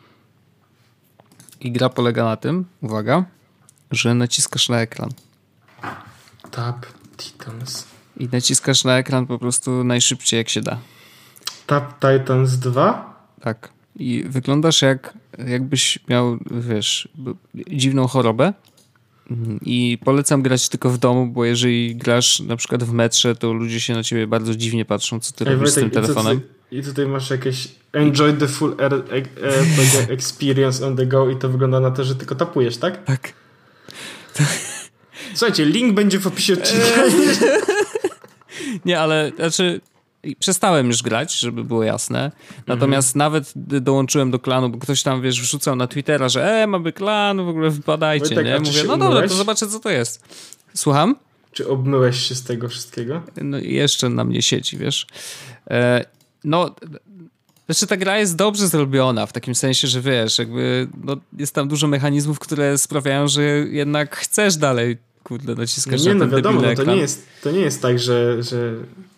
[SPEAKER 1] I gra polega na tym, uwaga, że naciskasz na ekran.
[SPEAKER 2] Tap Titans.
[SPEAKER 1] I naciskasz na ekran po prostu najszybciej jak się da.
[SPEAKER 2] Tap Titans dwa?
[SPEAKER 1] Tak. I wyglądasz jak, jakbyś miał, wiesz, dziwną chorobę. I polecam grać tylko w domu, bo jeżeli grasz na przykład w metrze, to ludzie się na ciebie bardzo dziwnie patrzą, co ty Ej, robisz Wojtek, z tym telefonem.
[SPEAKER 2] I, tutaj, I tutaj masz jakieś enjoy the full air, e, experience on the go i to wygląda na to, że tylko tapujesz, tak?
[SPEAKER 1] Tak.
[SPEAKER 2] Słuchajcie, link będzie w opisie odcinka.
[SPEAKER 1] Nie, ale znaczy przestałem już grać, żeby było jasne. Natomiast mm-hmm. nawet dołączyłem do klanu, bo ktoś tam, wiesz, wrzucał na Twittera, że e, mamy klan, w ogóle wpadajcie, Wojtek, nie? Mówię, no dobra, to zobaczę, co to jest. Słucham?
[SPEAKER 2] Czy obmyłeś się z tego wszystkiego?
[SPEAKER 1] No jeszcze na mnie siedzi, wiesz. E, no, znaczy ta gra jest dobrze zrobiona, w takim sensie, że wiesz, jakby no, jest tam dużo mechanizmów, które sprawiają, że jednak chcesz dalej, kurde, naciskać
[SPEAKER 2] no nie,
[SPEAKER 1] na ten
[SPEAKER 2] no wiadomo,
[SPEAKER 1] debilny
[SPEAKER 2] no to nie jest, to nie jest tak, że... że...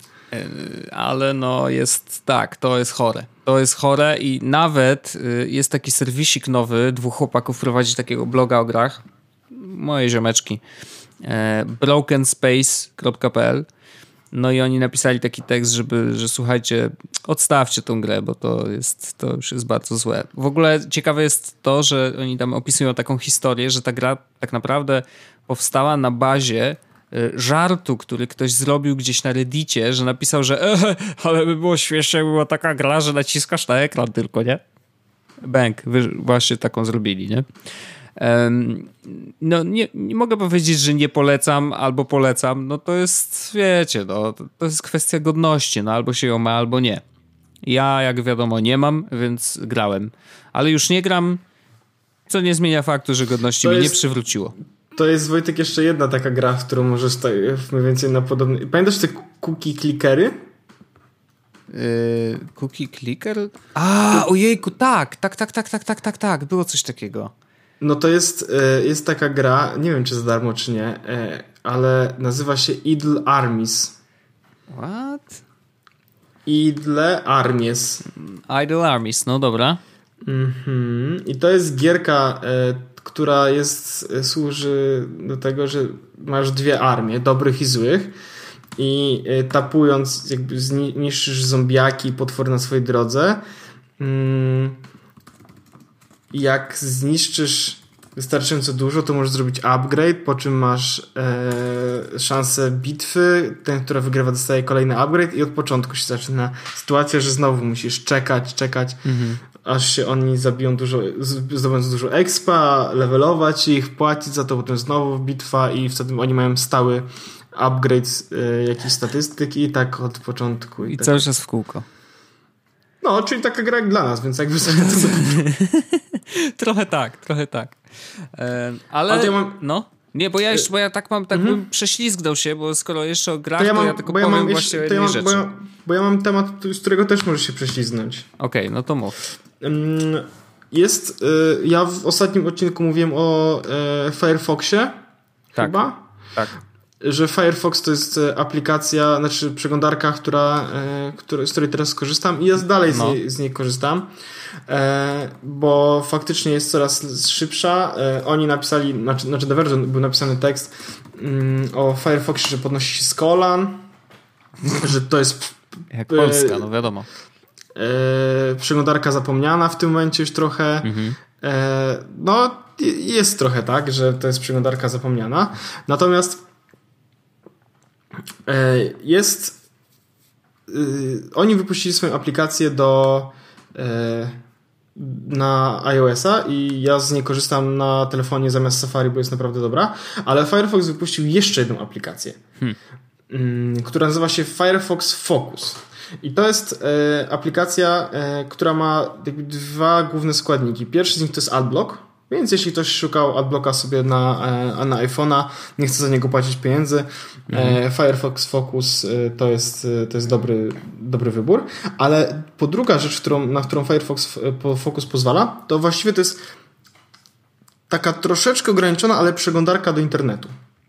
[SPEAKER 1] Ale no jest tak, to jest chore. To jest chore i nawet jest taki serwisik nowy, dwóch chłopaków prowadzi takiego bloga o grach, moje ziomeczki, broken space kropka p l. No i oni napisali taki tekst, żeby, że słuchajcie, odstawcie tą grę, bo to jest, to już jest bardzo złe. W ogóle ciekawe jest to, że oni tam opisują taką historię, że ta gra tak naprawdę powstała na bazie żartu, który ktoś zrobił gdzieś na Reddicie, że napisał, że e, ale by było śmiesznie, jakby była taka gra, że naciskasz na ekran tylko, nie? Bank, wy właśnie taką zrobili, nie? Um, no nie, nie mogę powiedzieć, że nie polecam albo polecam, no to jest, wiecie, no, to, to jest kwestia godności, no albo się ją ma, albo nie. Ja, jak wiadomo, nie mam, więc grałem. Ale już nie gram, co nie zmienia faktu, że godności to mi jest... nie przywróciło.
[SPEAKER 2] To jest, Wojtek, jeszcze jedna taka gra, w którą możesz tak mniej więcej na podobny... Pamiętasz te cookie clickery?
[SPEAKER 1] Yy, cookie clicker? A, ojejku, tak, tak, tak, tak, tak, tak, tak, tak, było coś takiego.
[SPEAKER 2] No to jest, jest taka gra, nie wiem czy za darmo czy nie, ale nazywa się Idle Armies.
[SPEAKER 1] What?
[SPEAKER 2] Idle Armies.
[SPEAKER 1] Idle Armies, no dobra.
[SPEAKER 2] Mhm. I to jest gierka, która jest, służy do tego, że masz dwie armie, dobrych i złych, i tapując jakby zniszczysz zombiaki, potwory na swojej drodze. Jak zniszczysz wystarczająco dużo, to możesz zrobić upgrade, po czym masz e, szansę bitwy. Ten, która wygrywa, dostaje kolejny upgrade i od początku się zaczyna sytuacja, że znowu musisz czekać, czekać, mhm. aż się oni zabiją dużo, zdobędą dużo expa, levelować ich, płacić za to, potem znowu bitwa i wtedy oni mają stały upgrade e, jakichś statystyk i tak od początku.
[SPEAKER 1] I,
[SPEAKER 2] I tak.
[SPEAKER 1] cały czas w kółko.
[SPEAKER 2] No, czyli taka gra jak dla nas, więc jakby sobie to
[SPEAKER 1] Trochę tak, trochę tak. E, ale,
[SPEAKER 2] ale ja mam...
[SPEAKER 1] no, nie, bo ja jeszcze, bo ja tak mam, tak mhm. bym prześlizgnął się, bo skoro jeszcze o grach, to ja, mam, to ja tylko powiem ja właśnie o jednej
[SPEAKER 2] ja
[SPEAKER 1] rzeczy.
[SPEAKER 2] Bo ja, bo ja mam temat, z którego też możesz się prześlizgnąć.
[SPEAKER 1] Okej, okay, no to mów.
[SPEAKER 2] Jest, ja w ostatnim odcinku mówiłem o Firefoxie,
[SPEAKER 1] tak,
[SPEAKER 2] chyba?
[SPEAKER 1] Tak.
[SPEAKER 2] Że Firefox to jest aplikacja, znaczy przeglądarka, która, która, z której teraz skorzystam i ja dalej no. z, niej, z niej korzystam, bo faktycznie jest coraz szybsza. Oni napisali, znaczy, znaczy The Verge był napisany tekst o Firefoxie, że podnosi się z kolan, że to jest
[SPEAKER 1] jak Polska, no wiadomo.
[SPEAKER 2] Przeglądarka zapomniana w tym momencie już trochę. Mhm. No jest trochę tak, że to jest przeglądarka zapomniana. Natomiast jest oni wypuścili swoją aplikację do na iOS-a i ja z niej korzystam na telefonie zamiast Safari, bo jest naprawdę dobra, ale Firefox wypuścił jeszcze jedną aplikację, hmm. która nazywa się Firefox Focus. I to jest e, aplikacja, e, która ma jakby dwa główne składniki. Pierwszy z nich to jest AdBlock, więc jeśli ktoś szukał AdBlocka sobie na, e, na iPhone'a, nie chce za niego płacić pieniędzy, mhm. e, Firefox Focus e, to jest, e, to jest dobry, dobry wybór. Ale po druga rzecz, którą, na którą Firefox e, Focus pozwala, to właściwie to jest taka troszeczkę ograniczona, ale przeglądarka do internetu.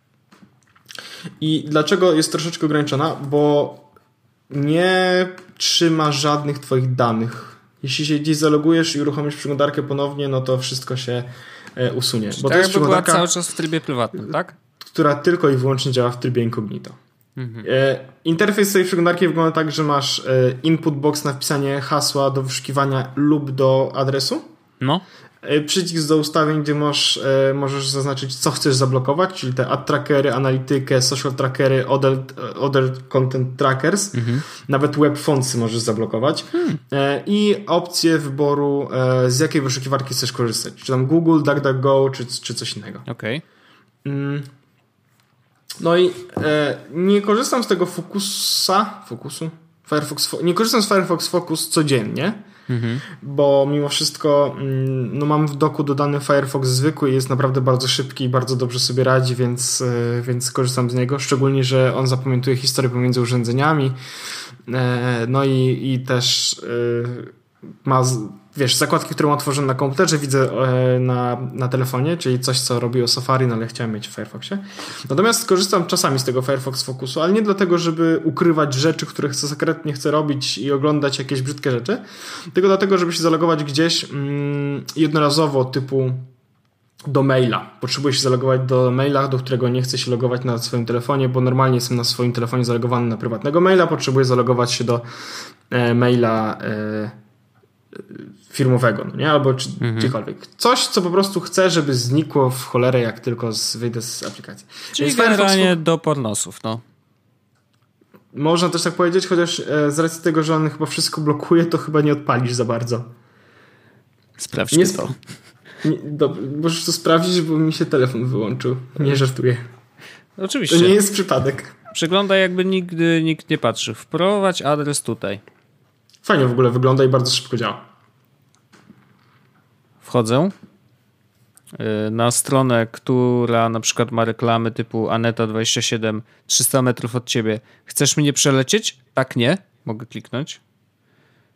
[SPEAKER 2] I dlaczego jest troszeczkę ograniczona? Bo nie trzyma żadnych twoich danych. Jeśli się gdzieś zalogujesz i uruchomisz przeglądarkę ponownie, no to wszystko się usunie.
[SPEAKER 1] Czyli bo to jest przeglądarka była cały czas w trybie prywatnym, tak?
[SPEAKER 2] Która tylko i wyłącznie działa w trybie incognito. Mhm. Interfejs tej przeglądarki wygląda tak, że masz input box na wpisanie hasła do wyszukiwania lub do adresu. No. Przycisk do ustawień, gdzie możesz, możesz zaznaczyć, co chcesz zablokować, czyli te ad trackery, analitykę, social trackery, other, other content trackers, mhm. nawet web fontsy możesz zablokować hmm. i opcję wyboru, z jakiej wyszukiwarki chcesz korzystać, czy tam Google, DuckDuckGo, czy, czy coś innego.
[SPEAKER 1] Okej.
[SPEAKER 2] Okay. No i nie korzystam z tego Focusa, Focusu? Firefox, nie korzystam z Firefox Focus codziennie, mhm. bo mimo wszystko no mam w doku dodany Firefox zwykły i jest naprawdę bardzo szybki i bardzo dobrze sobie radzi, więc, więc korzystam z niego, szczególnie, że on zapamiętuje historię pomiędzy urządzeniami, no i, i też ma, wiesz, zakładki, które mam otworzone na komputerze, widzę na, na telefonie, czyli coś, co robi o Safari, no ale chciałem mieć w Firefoxie. Natomiast korzystam czasami z tego Firefox Focusu, ale nie dlatego, żeby ukrywać rzeczy, które chcę sekretnie chcę robić i oglądać jakieś brzydkie rzeczy, tylko dlatego, żeby się zalogować gdzieś mm, jednorazowo, typu do maila. Potrzebuję się zalogować do maila, do którego nie chcę się logować na swoim telefonie, bo normalnie jestem na swoim telefonie zalogowany na prywatnego maila, potrzebuję zalogować się do e, maila e, firmowego, no nie? Albo czy, mhm. gdziekolwiek. Coś, co po prostu chcę, żeby znikło w cholerę, jak tylko z, wyjdę z aplikacji.
[SPEAKER 1] Czyli Więc generalnie Firefox... do pornosów, no.
[SPEAKER 2] Można też tak powiedzieć, chociaż e, z racji tego, że on chyba wszystko blokuje, to chyba nie odpalisz za bardzo.
[SPEAKER 1] Sprawdźcie nie, to.
[SPEAKER 2] Nie, do, możesz to sprawdzić, bo mi się telefon wyłączył. Nie żartuję.
[SPEAKER 1] Oczywiście.
[SPEAKER 2] To nie jest przypadek.
[SPEAKER 1] Przegląda jakby nigdy nikt nie patrzy. Wprowadź adres tutaj.
[SPEAKER 2] Fajnie w ogóle wygląda i bardzo szybko działa.
[SPEAKER 1] Wchodzę na stronę, która na przykład ma reklamy typu Aneta dwadzieścia siedem, trzysta metrów od ciebie. Chcesz mnie przelecieć? Tak, nie. Mogę kliknąć.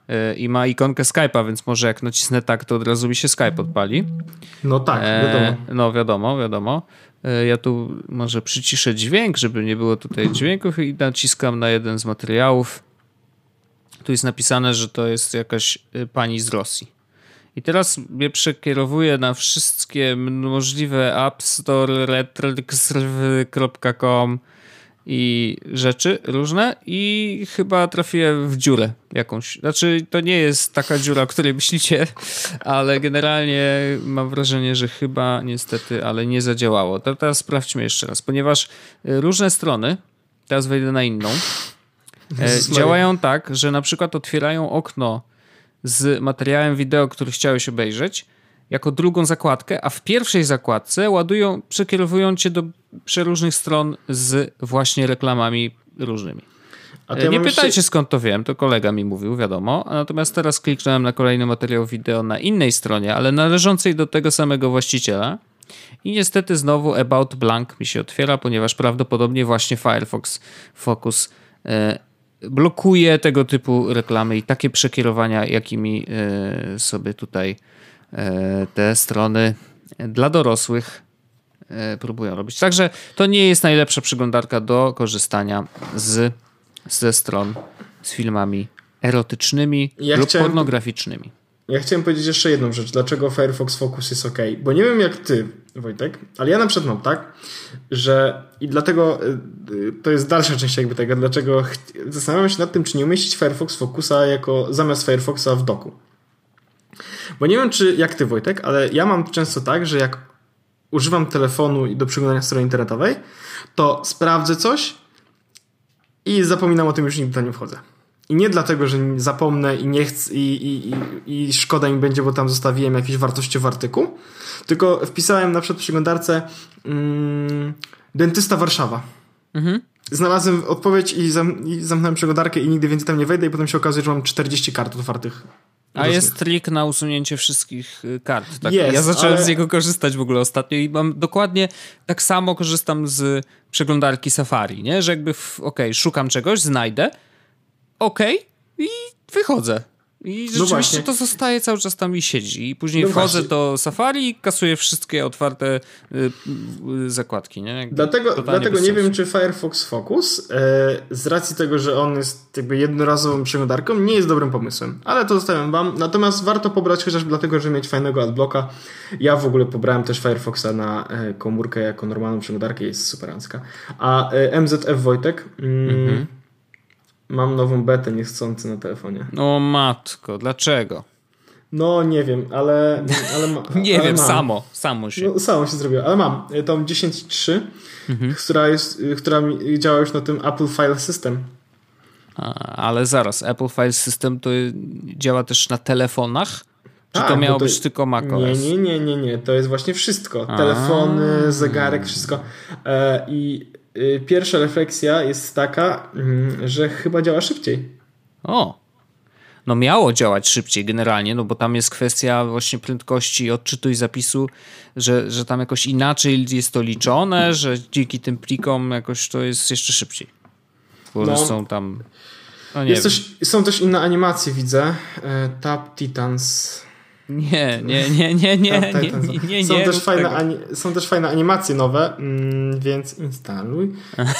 [SPEAKER 1] i ma ikonkę Skype'a, więc może jak nacisnę tak, to od razu mi się Skype odpali.
[SPEAKER 2] No tak, wiadomo.
[SPEAKER 1] E, no wiadomo, wiadomo. E, ja tu może przyciszę dźwięk, żeby nie było tutaj dźwięków i naciskam na jeden z materiałów. Tu jest napisane, że to jest jakaś pani z Rosji. I teraz mnie przekierowuje na wszystkie możliwe App Store, retrx kropka com i rzeczy różne i chyba trafiłem w dziurę jakąś. Znaczy to nie jest taka dziura, o której myślicie, ale generalnie mam wrażenie, że chyba niestety, ale nie zadziałało. To teraz sprawdźmy jeszcze raz, ponieważ różne strony, teraz wejdę na inną, działają tak, że na przykład otwierają okno z materiałem wideo, który chciałeś obejrzeć, jako drugą zakładkę, a w pierwszej zakładce ładują, przekierowują cię do przeróżnych stron z właśnie reklamami różnymi. A ja nie pytajcie jeszcze... skąd to wiem, to kolega mi mówił, wiadomo, a natomiast teraz kliknąłem na kolejny materiał wideo na innej stronie, ale należącej do tego samego właściciela i niestety znowu About Blank mi się otwiera, ponieważ prawdopodobnie właśnie Firefox Focus e, blokuje tego typu reklamy i takie przekierowania, jakimi e, sobie tutaj e, te strony dla dorosłych e, próbują robić. Także to nie jest najlepsza przeglądarka do korzystania z, ze stron z filmami erotycznymi ja lub chciałem, pornograficznymi.
[SPEAKER 2] Ja chciałem powiedzieć jeszcze jedną rzecz. Dlaczego Firefox Focus jest ok? Bo nie wiem jak ty, Wojtek, ale ja na przykład mam tak, że i dlatego to jest dalsza część jakby tego, dlaczego ch... zastanawiam się nad tym, czy nie umieścić Firefox Focusa jako zamiast Firefoxa w doku. Bo nie wiem, czy jak ty, Wojtek, ale ja mam często tak, że jak używam telefonu do przeglądania strony internetowej, to sprawdzę coś i zapominam o tym, już nigdy tam nie wchodzę. I nie dlatego, że zapomnę i nie chcę i, i, i, i szkoda mi będzie, bo tam zostawiłem jakiś wartościowy artykuł, tylko wpisałem na przykład w przeglądarce mm, dentysta Warszawa. Mhm. Znalazłem odpowiedź i, zam, i zamknąłem przeglądarkę i nigdy więcej tam nie wejdę i potem się okazuje, że mam czterdzieści kart otwartych.
[SPEAKER 1] A jest trik na usunięcie wszystkich kart. Tak?
[SPEAKER 2] Jest,
[SPEAKER 1] ja zacząłem
[SPEAKER 2] ale...
[SPEAKER 1] z niego korzystać w ogóle ostatnio i mam dokładnie tak samo korzystam z przeglądarki Safari, nie? Że jakby w, okej, okay, szukam czegoś, znajdę, okej okay, i wychodzę. I rzeczywiście no to zostaje cały czas tam i siedzi. I później no wchodzę właśnie. do Safari i kasuję wszystkie otwarte y, y, zakładki. Nie?
[SPEAKER 2] Dlatego, dlatego nie wiem, czy Firefox Focus y, z racji tego, że on jest jakby jednorazową przeglądarką, nie jest dobrym pomysłem. Ale to zostawiam wam. Natomiast warto pobrać chociaż dlatego, żeby mieć fajnego adblocka. Ja w ogóle pobrałem też Firefoxa na y, komórkę jako normalną przeglądarkę. Jest superancka. A y, M Z F Wojtek... Y, mhm. Mam nową betę niechcący na telefonie.
[SPEAKER 1] O matko, dlaczego?
[SPEAKER 2] No nie wiem, ale... ale ma,
[SPEAKER 1] nie
[SPEAKER 2] ale
[SPEAKER 1] wiem,
[SPEAKER 2] mam.
[SPEAKER 1] samo, samo się.
[SPEAKER 2] No, samo się zrobiło, ale mam tą dziesięć trzy, mhm. która, jest, która działa już na tym Apple File System.
[SPEAKER 1] A, ale zaraz, Apple File System to działa też na telefonach? Czy
[SPEAKER 2] A,
[SPEAKER 1] to miało
[SPEAKER 2] to,
[SPEAKER 1] być tylko macOS?
[SPEAKER 2] Nie, nie, nie, nie, nie, to jest właśnie wszystko. A. Telefony, zegarek, wszystko. E, I pierwsza refleksja jest taka, że chyba działa szybciej.
[SPEAKER 1] O, no miało działać szybciej generalnie, no bo tam jest kwestia właśnie prędkości odczytu i zapisu, że, że tam jakoś inaczej jest to liczone, że dzięki tym plikom jakoś to jest jeszcze szybciej. Bo no, są tam... No nie
[SPEAKER 2] jest też, są też inne animacje, widzę. Tap Titans...
[SPEAKER 1] Nie, nie, nie, nie, nie,
[SPEAKER 2] tak, tak,
[SPEAKER 1] nie,
[SPEAKER 2] tak,
[SPEAKER 1] nie, nie,
[SPEAKER 2] są,
[SPEAKER 1] nie
[SPEAKER 2] też fajne
[SPEAKER 1] tego.
[SPEAKER 2] ani- są też fajne animacje nowe, mm, więc instaluj.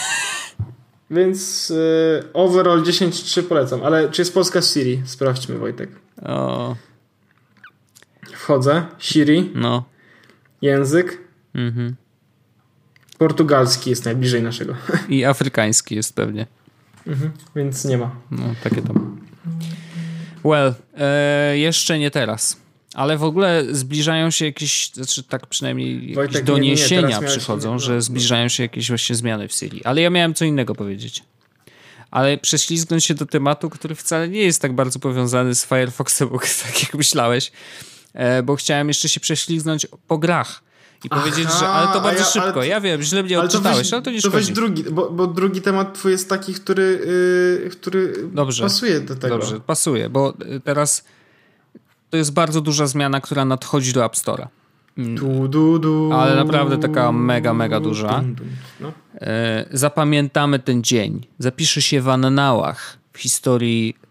[SPEAKER 2] Więc y, overall dziesięć trzy polecam. Ale czy jest polska Siri? Sprawdźmy, Wojtek.
[SPEAKER 1] O.
[SPEAKER 2] Wchodzę. Siri.
[SPEAKER 1] No.
[SPEAKER 2] Język.
[SPEAKER 1] Mhm.
[SPEAKER 2] Portugalski jest najbliżej naszego.
[SPEAKER 1] I afrykański jest pewnie.
[SPEAKER 2] Mhm, więc nie ma.
[SPEAKER 1] No, takie tam. Well, e, jeszcze nie teraz. Ale w ogóle zbliżają się jakieś, znaczy tak przynajmniej Wojtek, jakieś doniesienia nie, nie, nie. przychodzą, miałeś... że zbliżają się jakieś właśnie zmiany w Siri. Ale ja miałem co innego powiedzieć. Ale prześlizgnąć się do tematu, który wcale nie jest tak bardzo powiązany z Firefoxem, tak jak myślałeś, bo chciałem jeszcze się prześlizgnąć po grach. I Aha, powiedzieć, że ale to bardzo ja, szybko. Ale, ja wiem, źle mnie ale odczytałeś, weź, ale to nie to szkodzi.
[SPEAKER 2] Weź drugi, bo, bo drugi temat twój jest taki, który, yy, który Dobrze. pasuje do tego.
[SPEAKER 1] Dobrze, pasuje, bo teraz to jest bardzo duża zmiana, która nadchodzi do App Store'a.
[SPEAKER 2] Du, du, du,
[SPEAKER 1] ale naprawdę taka mega, mega duża.
[SPEAKER 2] Du, du. No.
[SPEAKER 1] E, zapamiętamy ten dzień. Zapisze się w annałach w historii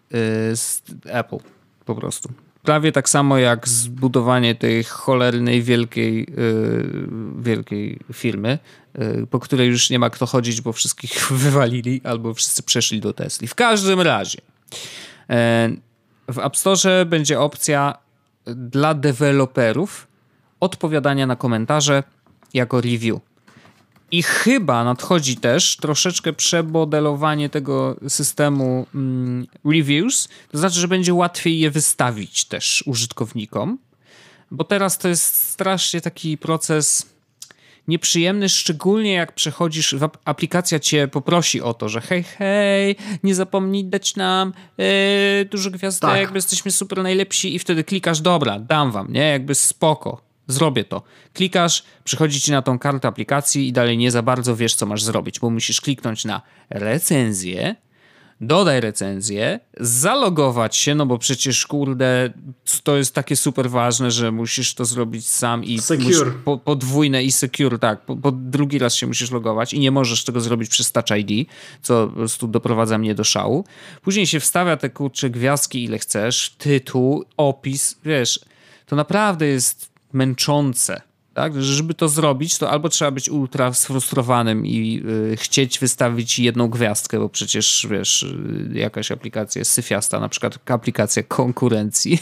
[SPEAKER 1] z Apple po prostu. Prawie tak samo jak zbudowanie tej cholernej wielkiej, yy, wielkiej firmy, yy, po której już nie ma kto chodzić, bo wszystkich wywalili albo wszyscy przeszli do Tesli. W każdym razie yy, w App Store będzie opcja dla deweloperów odpowiadania na komentarze jako review. I chyba nadchodzi też troszeczkę przemodelowanie tego systemu mm, reviews, to znaczy, że będzie łatwiej je wystawić też użytkownikom, bo teraz to jest strasznie taki proces nieprzyjemny, szczególnie jak przechodzisz, aplikacja cię poprosi o to, że hej, hej, nie zapomnij dać nam yy, dużo gwiazdek, tak. Jakby jesteśmy super najlepsi i wtedy klikasz, dobra, dam wam, nie, jakby spoko. Zrobię to. Klikasz, przychodzi ci na tą kartę aplikacji i dalej nie za bardzo wiesz, co masz zrobić, bo musisz kliknąć na recenzję, dodaj recenzję, zalogować się, no bo przecież, kurde, to jest takie super ważne, że musisz to zrobić sam i
[SPEAKER 2] secure.
[SPEAKER 1] Po, podwójne i secure, tak, po, po drugi raz się musisz logować i nie możesz tego zrobić przez Touch I D, co po prostu doprowadza mnie do szału. Później się wstawia te, kurcze, gwiazdki, ile chcesz, tytuł, opis, wiesz, to naprawdę jest męczące, tak? Żeby to zrobić, to albo trzeba być ultra sfrustrowanym i y, chcieć wystawić jedną gwiazdkę, bo przecież, wiesz, y, jakaś aplikacja jest syfiasta, na przykład aplikacja konkurencji.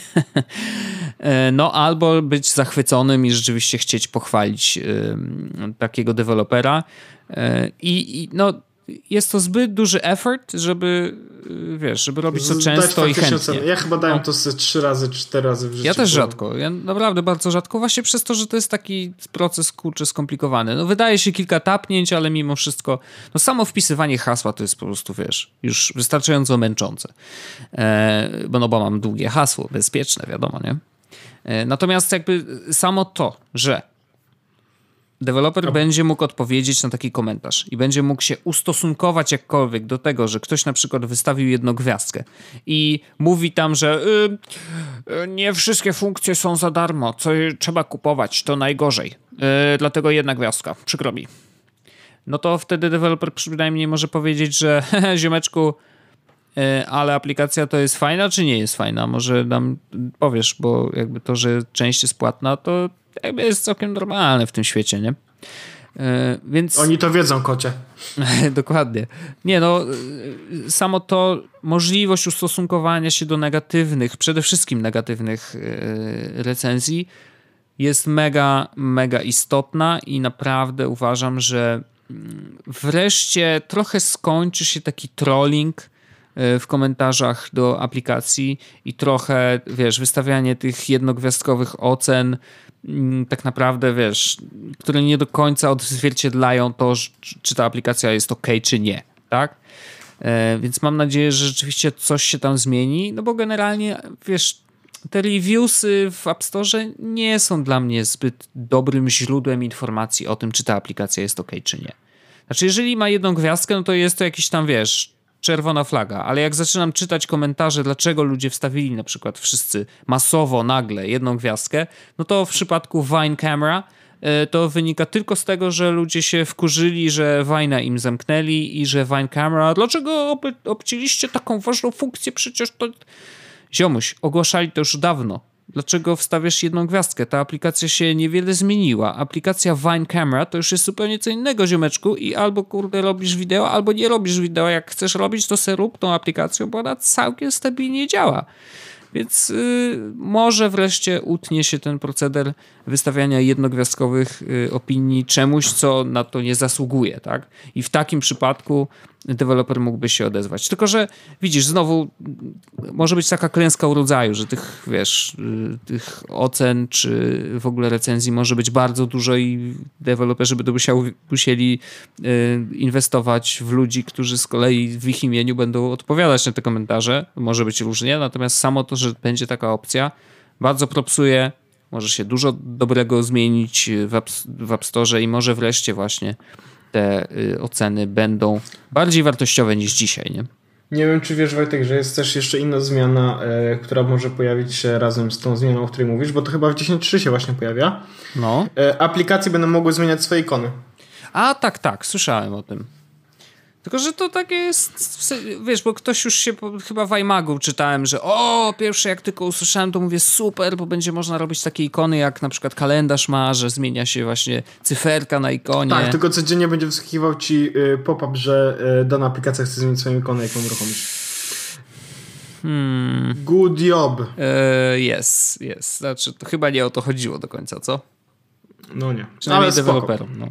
[SPEAKER 1] No, albo być zachwyconym i rzeczywiście chcieć pochwalić y, takiego dewelopera. Y, I no, jest to zbyt duży effort, żeby, wiesz, żeby robić to często i chętnie. Ocenę.
[SPEAKER 2] Ja chyba dałem no. to ze trzy razy, cztery razy w życiu.
[SPEAKER 1] Ja też rzadko. Ja naprawdę bardzo rzadko. Właśnie przez to, że to jest taki proces, kurczę, skomplikowany. No wydaje się kilka tapnięć, ale mimo wszystko no samo wpisywanie hasła to jest po prostu, wiesz, już wystarczająco męczące. E, bo no bo mam długie hasło, bezpieczne, wiadomo, nie? E, natomiast jakby samo to, że deweloper no. będzie mógł odpowiedzieć na taki komentarz i będzie mógł się ustosunkować jakkolwiek do tego, że ktoś na przykład wystawił jedną gwiazdkę i mówi tam, że y, y, nie wszystkie funkcje są za darmo, co trzeba kupować, to najgorzej. Y, dlatego jedna gwiazdka, przykro mi. No to wtedy deweloper przynajmniej może powiedzieć, że ziomeczku, y, ale aplikacja to jest fajna, czy nie jest fajna? Może nam powiesz, bo jakby to, że część jest płatna, to jakby jest całkiem normalne w tym świecie, nie? Yy, więc...
[SPEAKER 2] Oni to wiedzą, kocie.
[SPEAKER 1] Dokładnie. Nie no, yy, samo to możliwość ustosunkowania się do negatywnych, przede wszystkim negatywnych yy, recenzji jest mega, mega istotna i naprawdę uważam, że yy, wreszcie trochę skończy się taki trolling w komentarzach do aplikacji i trochę, wiesz, wystawianie tych jednogwiazdkowych ocen tak naprawdę, wiesz, które nie do końca odzwierciedlają to, czy ta aplikacja jest ok, czy nie, tak? E, więc mam nadzieję, że rzeczywiście coś się tam zmieni, no bo generalnie, wiesz, te reviewsy w App Store nie są dla mnie zbyt dobrym źródłem informacji o tym, czy ta aplikacja jest ok, czy nie. Znaczy, jeżeli ma jedną gwiazdkę, no to jest to jakiś tam, wiesz, czerwona flaga, ale jak zaczynam czytać komentarze, dlaczego ludzie wstawili na przykład wszyscy masowo, nagle jedną gwiazdkę, no to w przypadku Vine Camera to wynika tylko z tego, że ludzie się wkurzyli, że Vine'a im zamknęli i że Vine Camera, dlaczego ob- obcięliście taką ważną funkcję, przecież to... Ziomuś, ogłaszali to już dawno. Dlaczego wstawiasz jedną gwiazdkę? Ta aplikacja się niewiele zmieniła. Aplikacja Vine Camera to już jest zupełnie co innego, ziomeczku, i albo, kurde, robisz wideo, albo nie robisz wideo. Jak chcesz robić, to se rób tą aplikacją, bo ona całkiem stabilnie działa. Więc yy, może wreszcie utnie się ten proceder wystawiania jednogwiazdkowych yy, opinii czemuś, co na to nie zasługuje, tak? I w takim przypadku deweloper mógłby się odezwać. Tylko że widzisz, znowu może być taka klęska urodzaju, że tych, wiesz, yy, tych ocen czy w ogóle recenzji może być bardzo dużo i deweloperzy będą musiał, musieli yy, inwestować w ludzi, którzy z kolei w ich imieniu będą odpowiadać na te komentarze. Może być różnie, natomiast samo to, że będzie taka opcja, bardzo propsuje, może się dużo dobrego zmienić w App, w App Store i może wreszcie właśnie te y, oceny będą bardziej wartościowe niż dzisiaj, nie?
[SPEAKER 2] Nie wiem, czy wiesz, Wojtek, że jest też jeszcze inna zmiana, e, która może pojawić się razem z tą zmianą, o której mówisz, bo to chyba w dziesięć trzy się właśnie pojawia.
[SPEAKER 1] No.
[SPEAKER 2] E, aplikacje będą mogły zmieniać swoje ikony.
[SPEAKER 1] A tak, tak, słyszałem o tym. Tylko, że to takie jest, wiesz, bo ktoś już się, chyba w iMagu czytałem, że o, pierwsze jak tylko usłyszałem, to mówię super, bo będzie można robić takie ikony, jak na przykład kalendarz ma, że zmienia się właśnie cyferka na ikonie.
[SPEAKER 2] Tak, tylko codziennie będzie wyskakiwał ci y, pop-up, że y, dana aplikacja chce zmienić swoją ikonę, jaką uruchomisz.
[SPEAKER 1] Hmm.
[SPEAKER 2] Good job.
[SPEAKER 1] Jest, yy, jest. Znaczy, to chyba nie o to chodziło do końca, co?
[SPEAKER 2] No nie.
[SPEAKER 1] Przynajmniej
[SPEAKER 2] ale
[SPEAKER 1] deweloperom, no.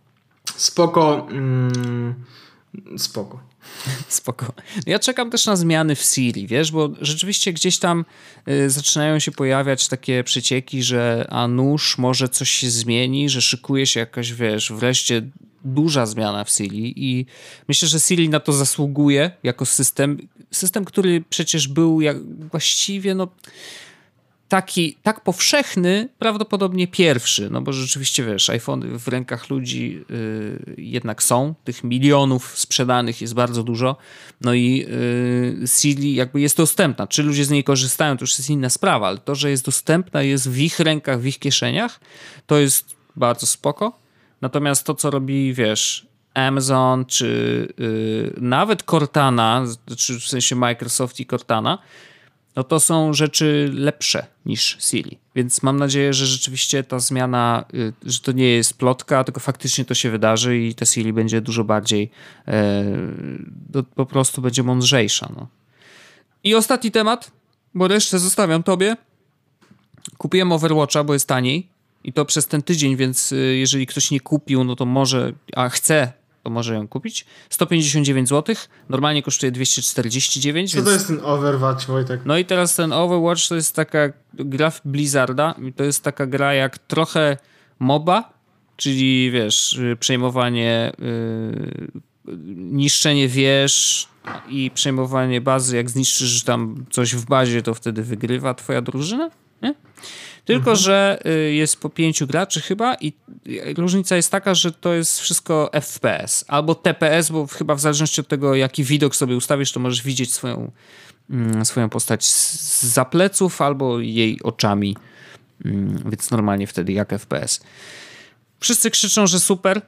[SPEAKER 2] Spoko. Mm, spoko.
[SPEAKER 1] Spoko. Ja czekam też na zmiany w Siri, wiesz, bo rzeczywiście gdzieś tam y, zaczynają się pojawiać takie przecieki, że a nuż może coś się zmieni, że szykuje się jakaś, wiesz, wreszcie duża zmiana w Siri i myślę, że Siri na to zasługuje jako system. System, który przecież był jak właściwie, no taki, tak powszechny, prawdopodobnie pierwszy, no bo rzeczywiście, wiesz, iPhony w rękach ludzi yy, jednak są, tych milionów sprzedanych jest bardzo dużo, no i yy, Siri jakby jest dostępna. Czy ludzie z niej korzystają, to już jest inna sprawa, ale to, że jest dostępna, jest w ich rękach, w ich kieszeniach, to jest bardzo spoko. Natomiast to, co robi, wiesz, Amazon, czy yy, nawet Cortana, czy w sensie Microsoft i Cortana, no to są rzeczy lepsze niż Siri. Więc mam nadzieję, że rzeczywiście ta zmiana, że to nie jest plotka, tylko faktycznie to się wydarzy i ta Siri będzie dużo bardziej e, to po prostu będzie mądrzejsza. No. I ostatni temat, bo resztę zostawiam tobie. Kupiłem Overwatcha, bo jest taniej i to przez ten tydzień, więc jeżeli ktoś nie kupił, no to może, a chce, to może ją kupić. sto pięćdziesiąt dziewięć złotych. Normalnie kosztuje dwieście czterdzieści dziewięć.
[SPEAKER 2] Co
[SPEAKER 1] więc...
[SPEAKER 2] to jest ten Overwatch, Wojtek?
[SPEAKER 1] No i teraz ten Overwatch to jest taka gra w Blizzarda. To jest taka gra jak trochę MOBA, czyli wiesz, przejmowanie, yy, niszczenie wież i przejmowanie bazy. Jak zniszczysz tam coś w bazie, to wtedy wygrywa twoja drużyna, nie? Tylko, mhm. że jest po pięciu graczy chyba i różnica jest taka, że to jest wszystko F P S albo T P S, bo chyba w zależności od tego, jaki widok sobie ustawisz, to możesz widzieć swoją, swoją postać zza pleców albo jej oczami, więc normalnie wtedy jak F P S. Wszyscy krzyczą, że super,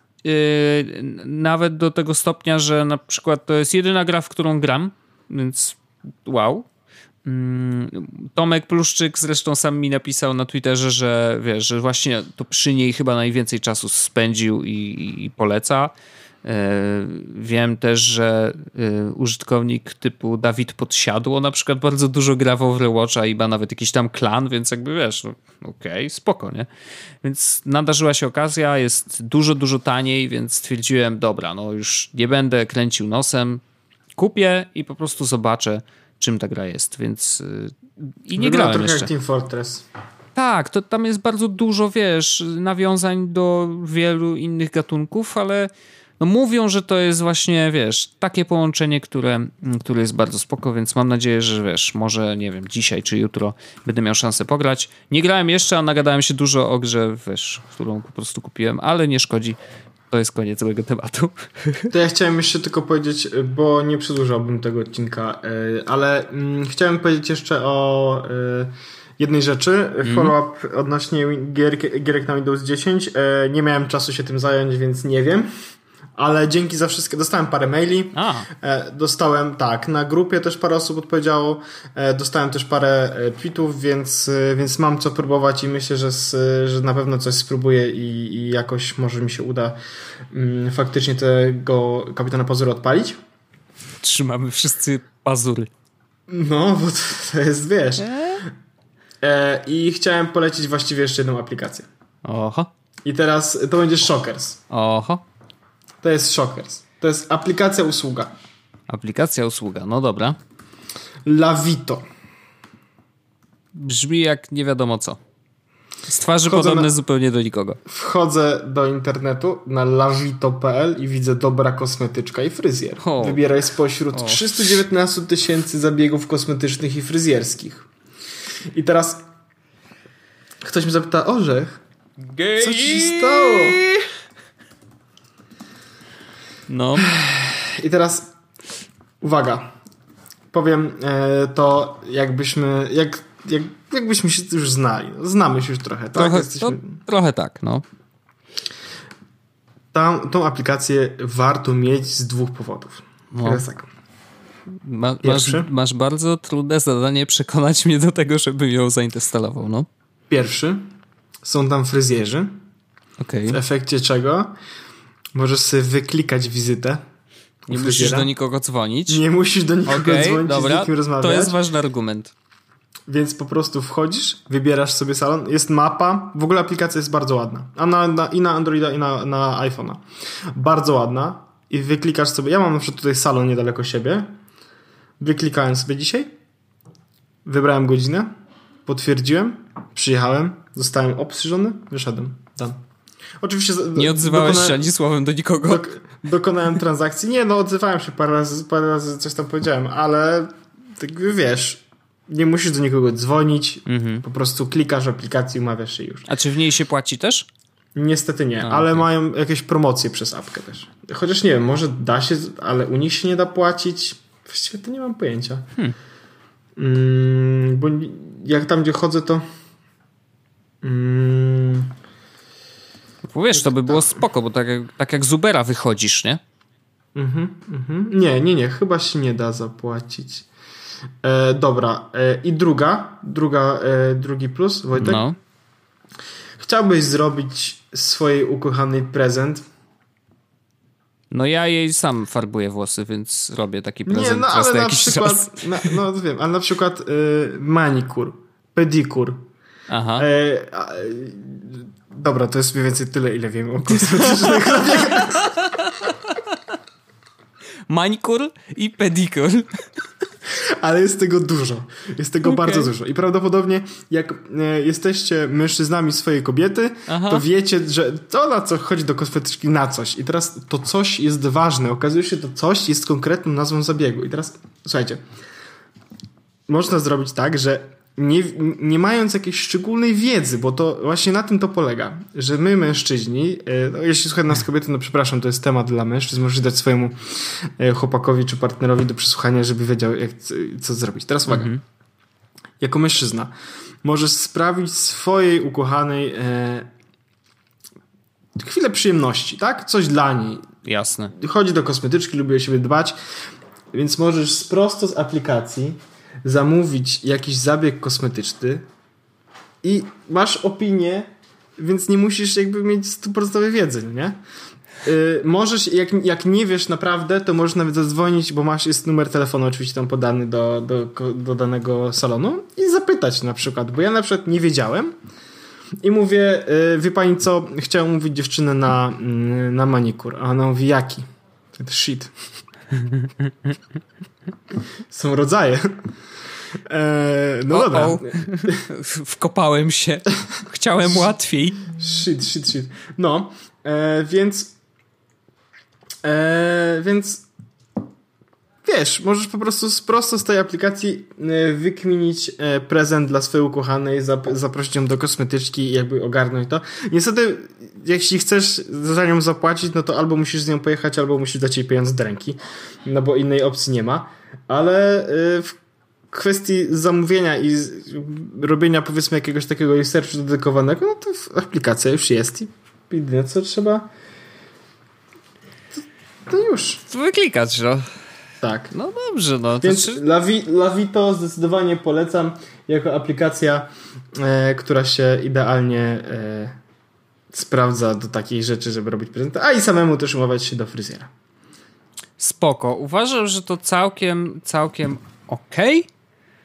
[SPEAKER 1] nawet do tego stopnia, że na przykład to jest jedyna gra, w którą gram, więc wow. Tomek Pluszczyk zresztą sam mi napisał na Twitterze, że wiesz, że właśnie to przy niej chyba najwięcej czasu spędził i, i poleca. Wiem też, że użytkownik typu Dawid Podsiadło na przykład bardzo dużo gra w Overwatcha i ma nawet jakiś tam klan, więc jakby wiesz, no, okej, okay, spoko, nie? Więc nadarzyła się okazja, jest dużo, dużo taniej, więc stwierdziłem, dobra, no już nie będę kręcił nosem, kupię i po prostu zobaczę, czym ta gra jest, więc i nie
[SPEAKER 2] Wygląda
[SPEAKER 1] grałem
[SPEAKER 2] trochę
[SPEAKER 1] jeszcze.
[SPEAKER 2] jak Team Fortress.
[SPEAKER 1] Tak, to tam jest bardzo dużo, wiesz, nawiązań do wielu innych gatunków, ale no mówią, że to jest właśnie, wiesz, takie połączenie, które, które jest bardzo spoko, więc mam nadzieję, że wiesz, może, nie wiem, dzisiaj czy jutro będę miał szansę pograć. Nie grałem jeszcze, a nagadałem się dużo o grze, wiesz, którą po prostu kupiłem, ale nie szkodzi. To jest koniec całego tematu.
[SPEAKER 2] To ja chciałem jeszcze tylko powiedzieć, bo nie przedłużałbym tego odcinka, ale chciałem powiedzieć jeszcze o jednej rzeczy. Follow-up mm. odnośnie gier, gierek na Windows dziesięć. Nie miałem czasu się tym zająć, więc nie wiem. Ale dzięki za wszystkie. Dostałem parę maili. A. Dostałem, tak, na grupie też parę osób odpowiedziało. Dostałem też parę tweetów, więc, więc mam co próbować i myślę, że, że na pewno coś spróbuję i, i jakoś może mi się uda um, faktycznie tego Kapitana Pazury odpalić.
[SPEAKER 1] Trzymamy wszyscy pazury.
[SPEAKER 2] No, bo to, to jest, wiesz. E, I chciałem polecić właściwie jeszcze jedną aplikację.
[SPEAKER 1] Oho.
[SPEAKER 2] I teraz to będzie Shockers.
[SPEAKER 1] Oho.
[SPEAKER 2] To jest Shockers. To jest aplikacja usługa.
[SPEAKER 1] Aplikacja usługa, no dobra.
[SPEAKER 2] Lavito.
[SPEAKER 1] Brzmi jak nie wiadomo co. Z twarzy Wchodzę podobne na... zupełnie do nikogo.
[SPEAKER 2] Wchodzę do internetu na lavito kropka p l i widzę dobra kosmetyczka i fryzjer. O. Wybieraj spośród o. trzysta dziewiętnaście tysięcy zabiegów kosmetycznych i fryzjerskich. I teraz ktoś mi zapyta, Orzech, Gej. co ci się stało?
[SPEAKER 1] No.
[SPEAKER 2] I teraz uwaga. Powiem e, to jakbyśmy jak, jak, jakbyśmy się już znali. Znamy się już trochę, tak?
[SPEAKER 1] Trochę,
[SPEAKER 2] Jesteśmy...
[SPEAKER 1] to, trochę tak, no.
[SPEAKER 2] Tam, tą aplikację warto mieć z dwóch powodów.
[SPEAKER 1] No.
[SPEAKER 2] Teraz tak.
[SPEAKER 1] Ma, masz, masz bardzo trudne zadanie przekonać mnie do tego, żebym ją zainstalował, no.
[SPEAKER 2] Pierwszy, są tam fryzjerzy,
[SPEAKER 1] okay.
[SPEAKER 2] w efekcie czego możesz sobie wyklikać wizytę.
[SPEAKER 1] Nie musisz do nikogo dzwonić.
[SPEAKER 2] Nie musisz do nikogo
[SPEAKER 1] okay,
[SPEAKER 2] dzwonić,
[SPEAKER 1] dobra,
[SPEAKER 2] z nikim rozmawiać.
[SPEAKER 1] To jest ważny argument.
[SPEAKER 2] Więc po prostu wchodzisz, wybierasz sobie salon, jest mapa, w ogóle aplikacja jest bardzo ładna. A na, na, i na Androida, i na, na iPhone'a. Bardzo ładna. I wyklikasz sobie, ja mam na przykład tutaj salon niedaleko siebie. Wyklikałem sobie dzisiaj, wybrałem godzinę, potwierdziłem, przyjechałem, zostałem obsłużony, wyszedłem. Done. Oczywiście
[SPEAKER 1] nie odzywałeś dokona... się ani słowem do nikogo.
[SPEAKER 2] Dok- dokonałem transakcji. Nie, no odzywałem się parę razy, parę razy coś tam powiedziałem, ale tak wiesz, nie musisz do nikogo dzwonić, mhm. po prostu klikasz w aplikacji, umawiasz się już.
[SPEAKER 1] A czy w niej się płaci też?
[SPEAKER 2] Niestety nie, A, ale okay. mają jakieś promocje przez apkę też. Chociaż nie wiem, może da się, ale u nich się nie da płacić. Właściwie to nie mam pojęcia. Hmm. Mm, bo jak tam, gdzie chodzę, to... Mm,
[SPEAKER 1] bo wiesz, to by było spoko, bo tak jak, tak jak z Ubera wychodzisz, nie?
[SPEAKER 2] Mhm, mhm. Nie, nie, nie. Chyba się nie da zapłacić. E, dobra. E, I druga, druga, e, drugi plus, Wojtek.
[SPEAKER 1] No.
[SPEAKER 2] Chciałbyś zrobić swojej ukochanej prezent?
[SPEAKER 1] No ja jej sam farbuję włosy, więc robię taki prezent.
[SPEAKER 2] Nie, no ale na przykład, na, no wiem, ale na przykład y, manikur, pedikur.
[SPEAKER 1] Aha.
[SPEAKER 2] E, a, dobra, to jest mniej więcej tyle, ile wiem o kosmetycznych robiach.
[SPEAKER 1] Manikur i pedikur.
[SPEAKER 2] Ale jest tego dużo. Jest tego okay. bardzo dużo. I prawdopodobnie jak e, jesteście mężczyznami swojej kobiety, Aha. to wiecie, że to na co chodzi do kosmetyczki na coś. I teraz to coś jest ważne. Okazuje się, że to coś jest konkretną nazwą zabiegu. I teraz słuchajcie. Można zrobić tak, że nie, nie mając jakiejś szczególnej wiedzy, bo to właśnie na tym to polega, że my mężczyźni, no jeśli słuchają nas kobiety, no przepraszam, to jest temat dla mężczyzn, możesz dać swojemu chłopakowi czy partnerowi do przesłuchania, żeby wiedział, jak, co zrobić. Teraz uwaga. Mhm. Jako mężczyzna możesz sprawić swojej ukochanej e, chwilę przyjemności, tak? Coś dla niej.
[SPEAKER 1] Jasne.
[SPEAKER 2] Chodzi do kosmetyczki, lubi o siebie dbać, więc możesz prosto z aplikacji zamówić jakiś zabieg kosmetyczny i masz opinię, więc nie musisz jakby mieć stuprocentowej wiedzy, nie? Yy, możesz, jak, jak nie wiesz naprawdę, to możesz nawet zadzwonić, bo masz, jest numer telefonu oczywiście tam podany do, do, do danego salonu i zapytać na przykład, bo ja na przykład nie wiedziałem i mówię, yy, wie pani co, chciałem umówić dziewczynę na, yy, na manikur, a ona mówi, jaki? Shit. Są rodzaje. Eee, no o, dobra. O.
[SPEAKER 1] Wkopałem się. Chciałem łatwiej.
[SPEAKER 2] Shit, shit, shit. No, e, więc e, więc wiesz, możesz po prostu z, prosto z tej aplikacji e, wykminić e, prezent dla swojej ukochanej, zap, zaprosić ją do kosmetyczki i jakby ogarnąć to. Niestety, jeśli chcesz za nią zapłacić, no to albo musisz z nią pojechać, albo musisz dać jej pieniądze do ręki, no bo innej opcji nie ma. Ale e, w kwestii zamówienia i robienia powiedzmy jakiegoś takiego researchu dedykowanego, no to aplikacja już jest i jedyne co trzeba to, to już.
[SPEAKER 1] Wyklikać, no.
[SPEAKER 2] Tak.
[SPEAKER 1] No dobrze, no.
[SPEAKER 2] Więc
[SPEAKER 1] to czy...
[SPEAKER 2] Lavi, Lavito zdecydowanie polecam jako aplikacja, e, która się idealnie e, sprawdza do takich rzeczy, żeby robić prezenty, a i samemu też umawiać się do fryzjera.
[SPEAKER 1] Spoko. Uważam, że to całkiem, całkiem okej. Okay.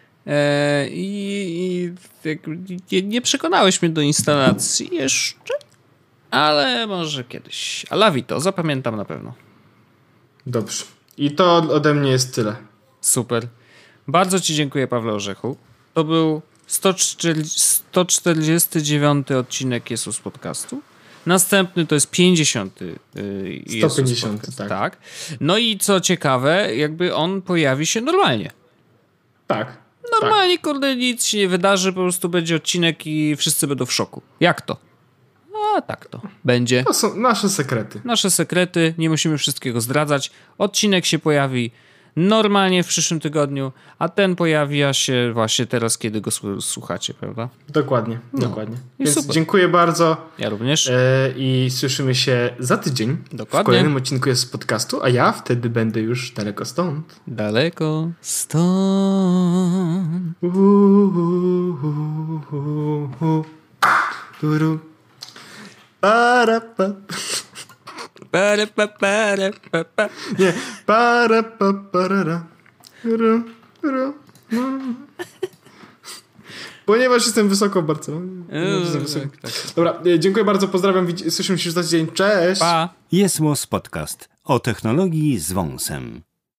[SPEAKER 1] I, i nie, nie przekonałeś mnie do instalacji jeszcze, ale może kiedyś. A Lavito zapamiętam na pewno. Dobrze.
[SPEAKER 2] I to ode mnie jest tyle.
[SPEAKER 1] Super. Bardzo ci dziękuję, Pawle Orzechu. To był sto czterdziesty dziewiąty odcinek Jesus Podcastu. Następny to jest pięćdziesiąty
[SPEAKER 2] sto pięćdziesiąty, tak.
[SPEAKER 1] tak. No i co ciekawe, jakby on pojawi się normalnie.
[SPEAKER 2] Tak.
[SPEAKER 1] Normalnie,
[SPEAKER 2] tak.
[SPEAKER 1] kurde, nic się nie wydarzy, po prostu będzie odcinek i wszyscy będą w szoku. Jak to? A tak to będzie.
[SPEAKER 2] To są nasze sekrety.
[SPEAKER 1] Nasze sekrety, nie musimy wszystkiego zdradzać. Odcinek się pojawi normalnie w przyszłym tygodniu, a ten pojawia się właśnie teraz, kiedy go słuchacie, prawda?
[SPEAKER 2] Dokładnie,
[SPEAKER 1] no.
[SPEAKER 2] dokładnie.
[SPEAKER 1] I
[SPEAKER 2] Więc
[SPEAKER 1] super.
[SPEAKER 2] dziękuję bardzo.
[SPEAKER 1] Ja również.
[SPEAKER 2] E, I słyszymy się za tydzień.
[SPEAKER 1] Dokładnie.
[SPEAKER 2] W kolejnym odcinku jest z podcastu, a ja wtedy będę już daleko stąd.
[SPEAKER 1] Daleko stąd.
[SPEAKER 2] Uhuhuhuhu. Turu. Para, pa.
[SPEAKER 1] Para, pa, para, pa, pa.
[SPEAKER 2] Nie. Para, pa, parara. Ru, ru, ru. Ponieważ jestem wysoko w Barcelonie. Jestem wysoko.
[SPEAKER 1] Tak, tak.
[SPEAKER 2] Dobra, dziękuję bardzo, pozdrawiam. Słyszymy się już za tydzień. Cześć!
[SPEAKER 1] Pa!
[SPEAKER 3] Jest Podcast o technologii z wąsem.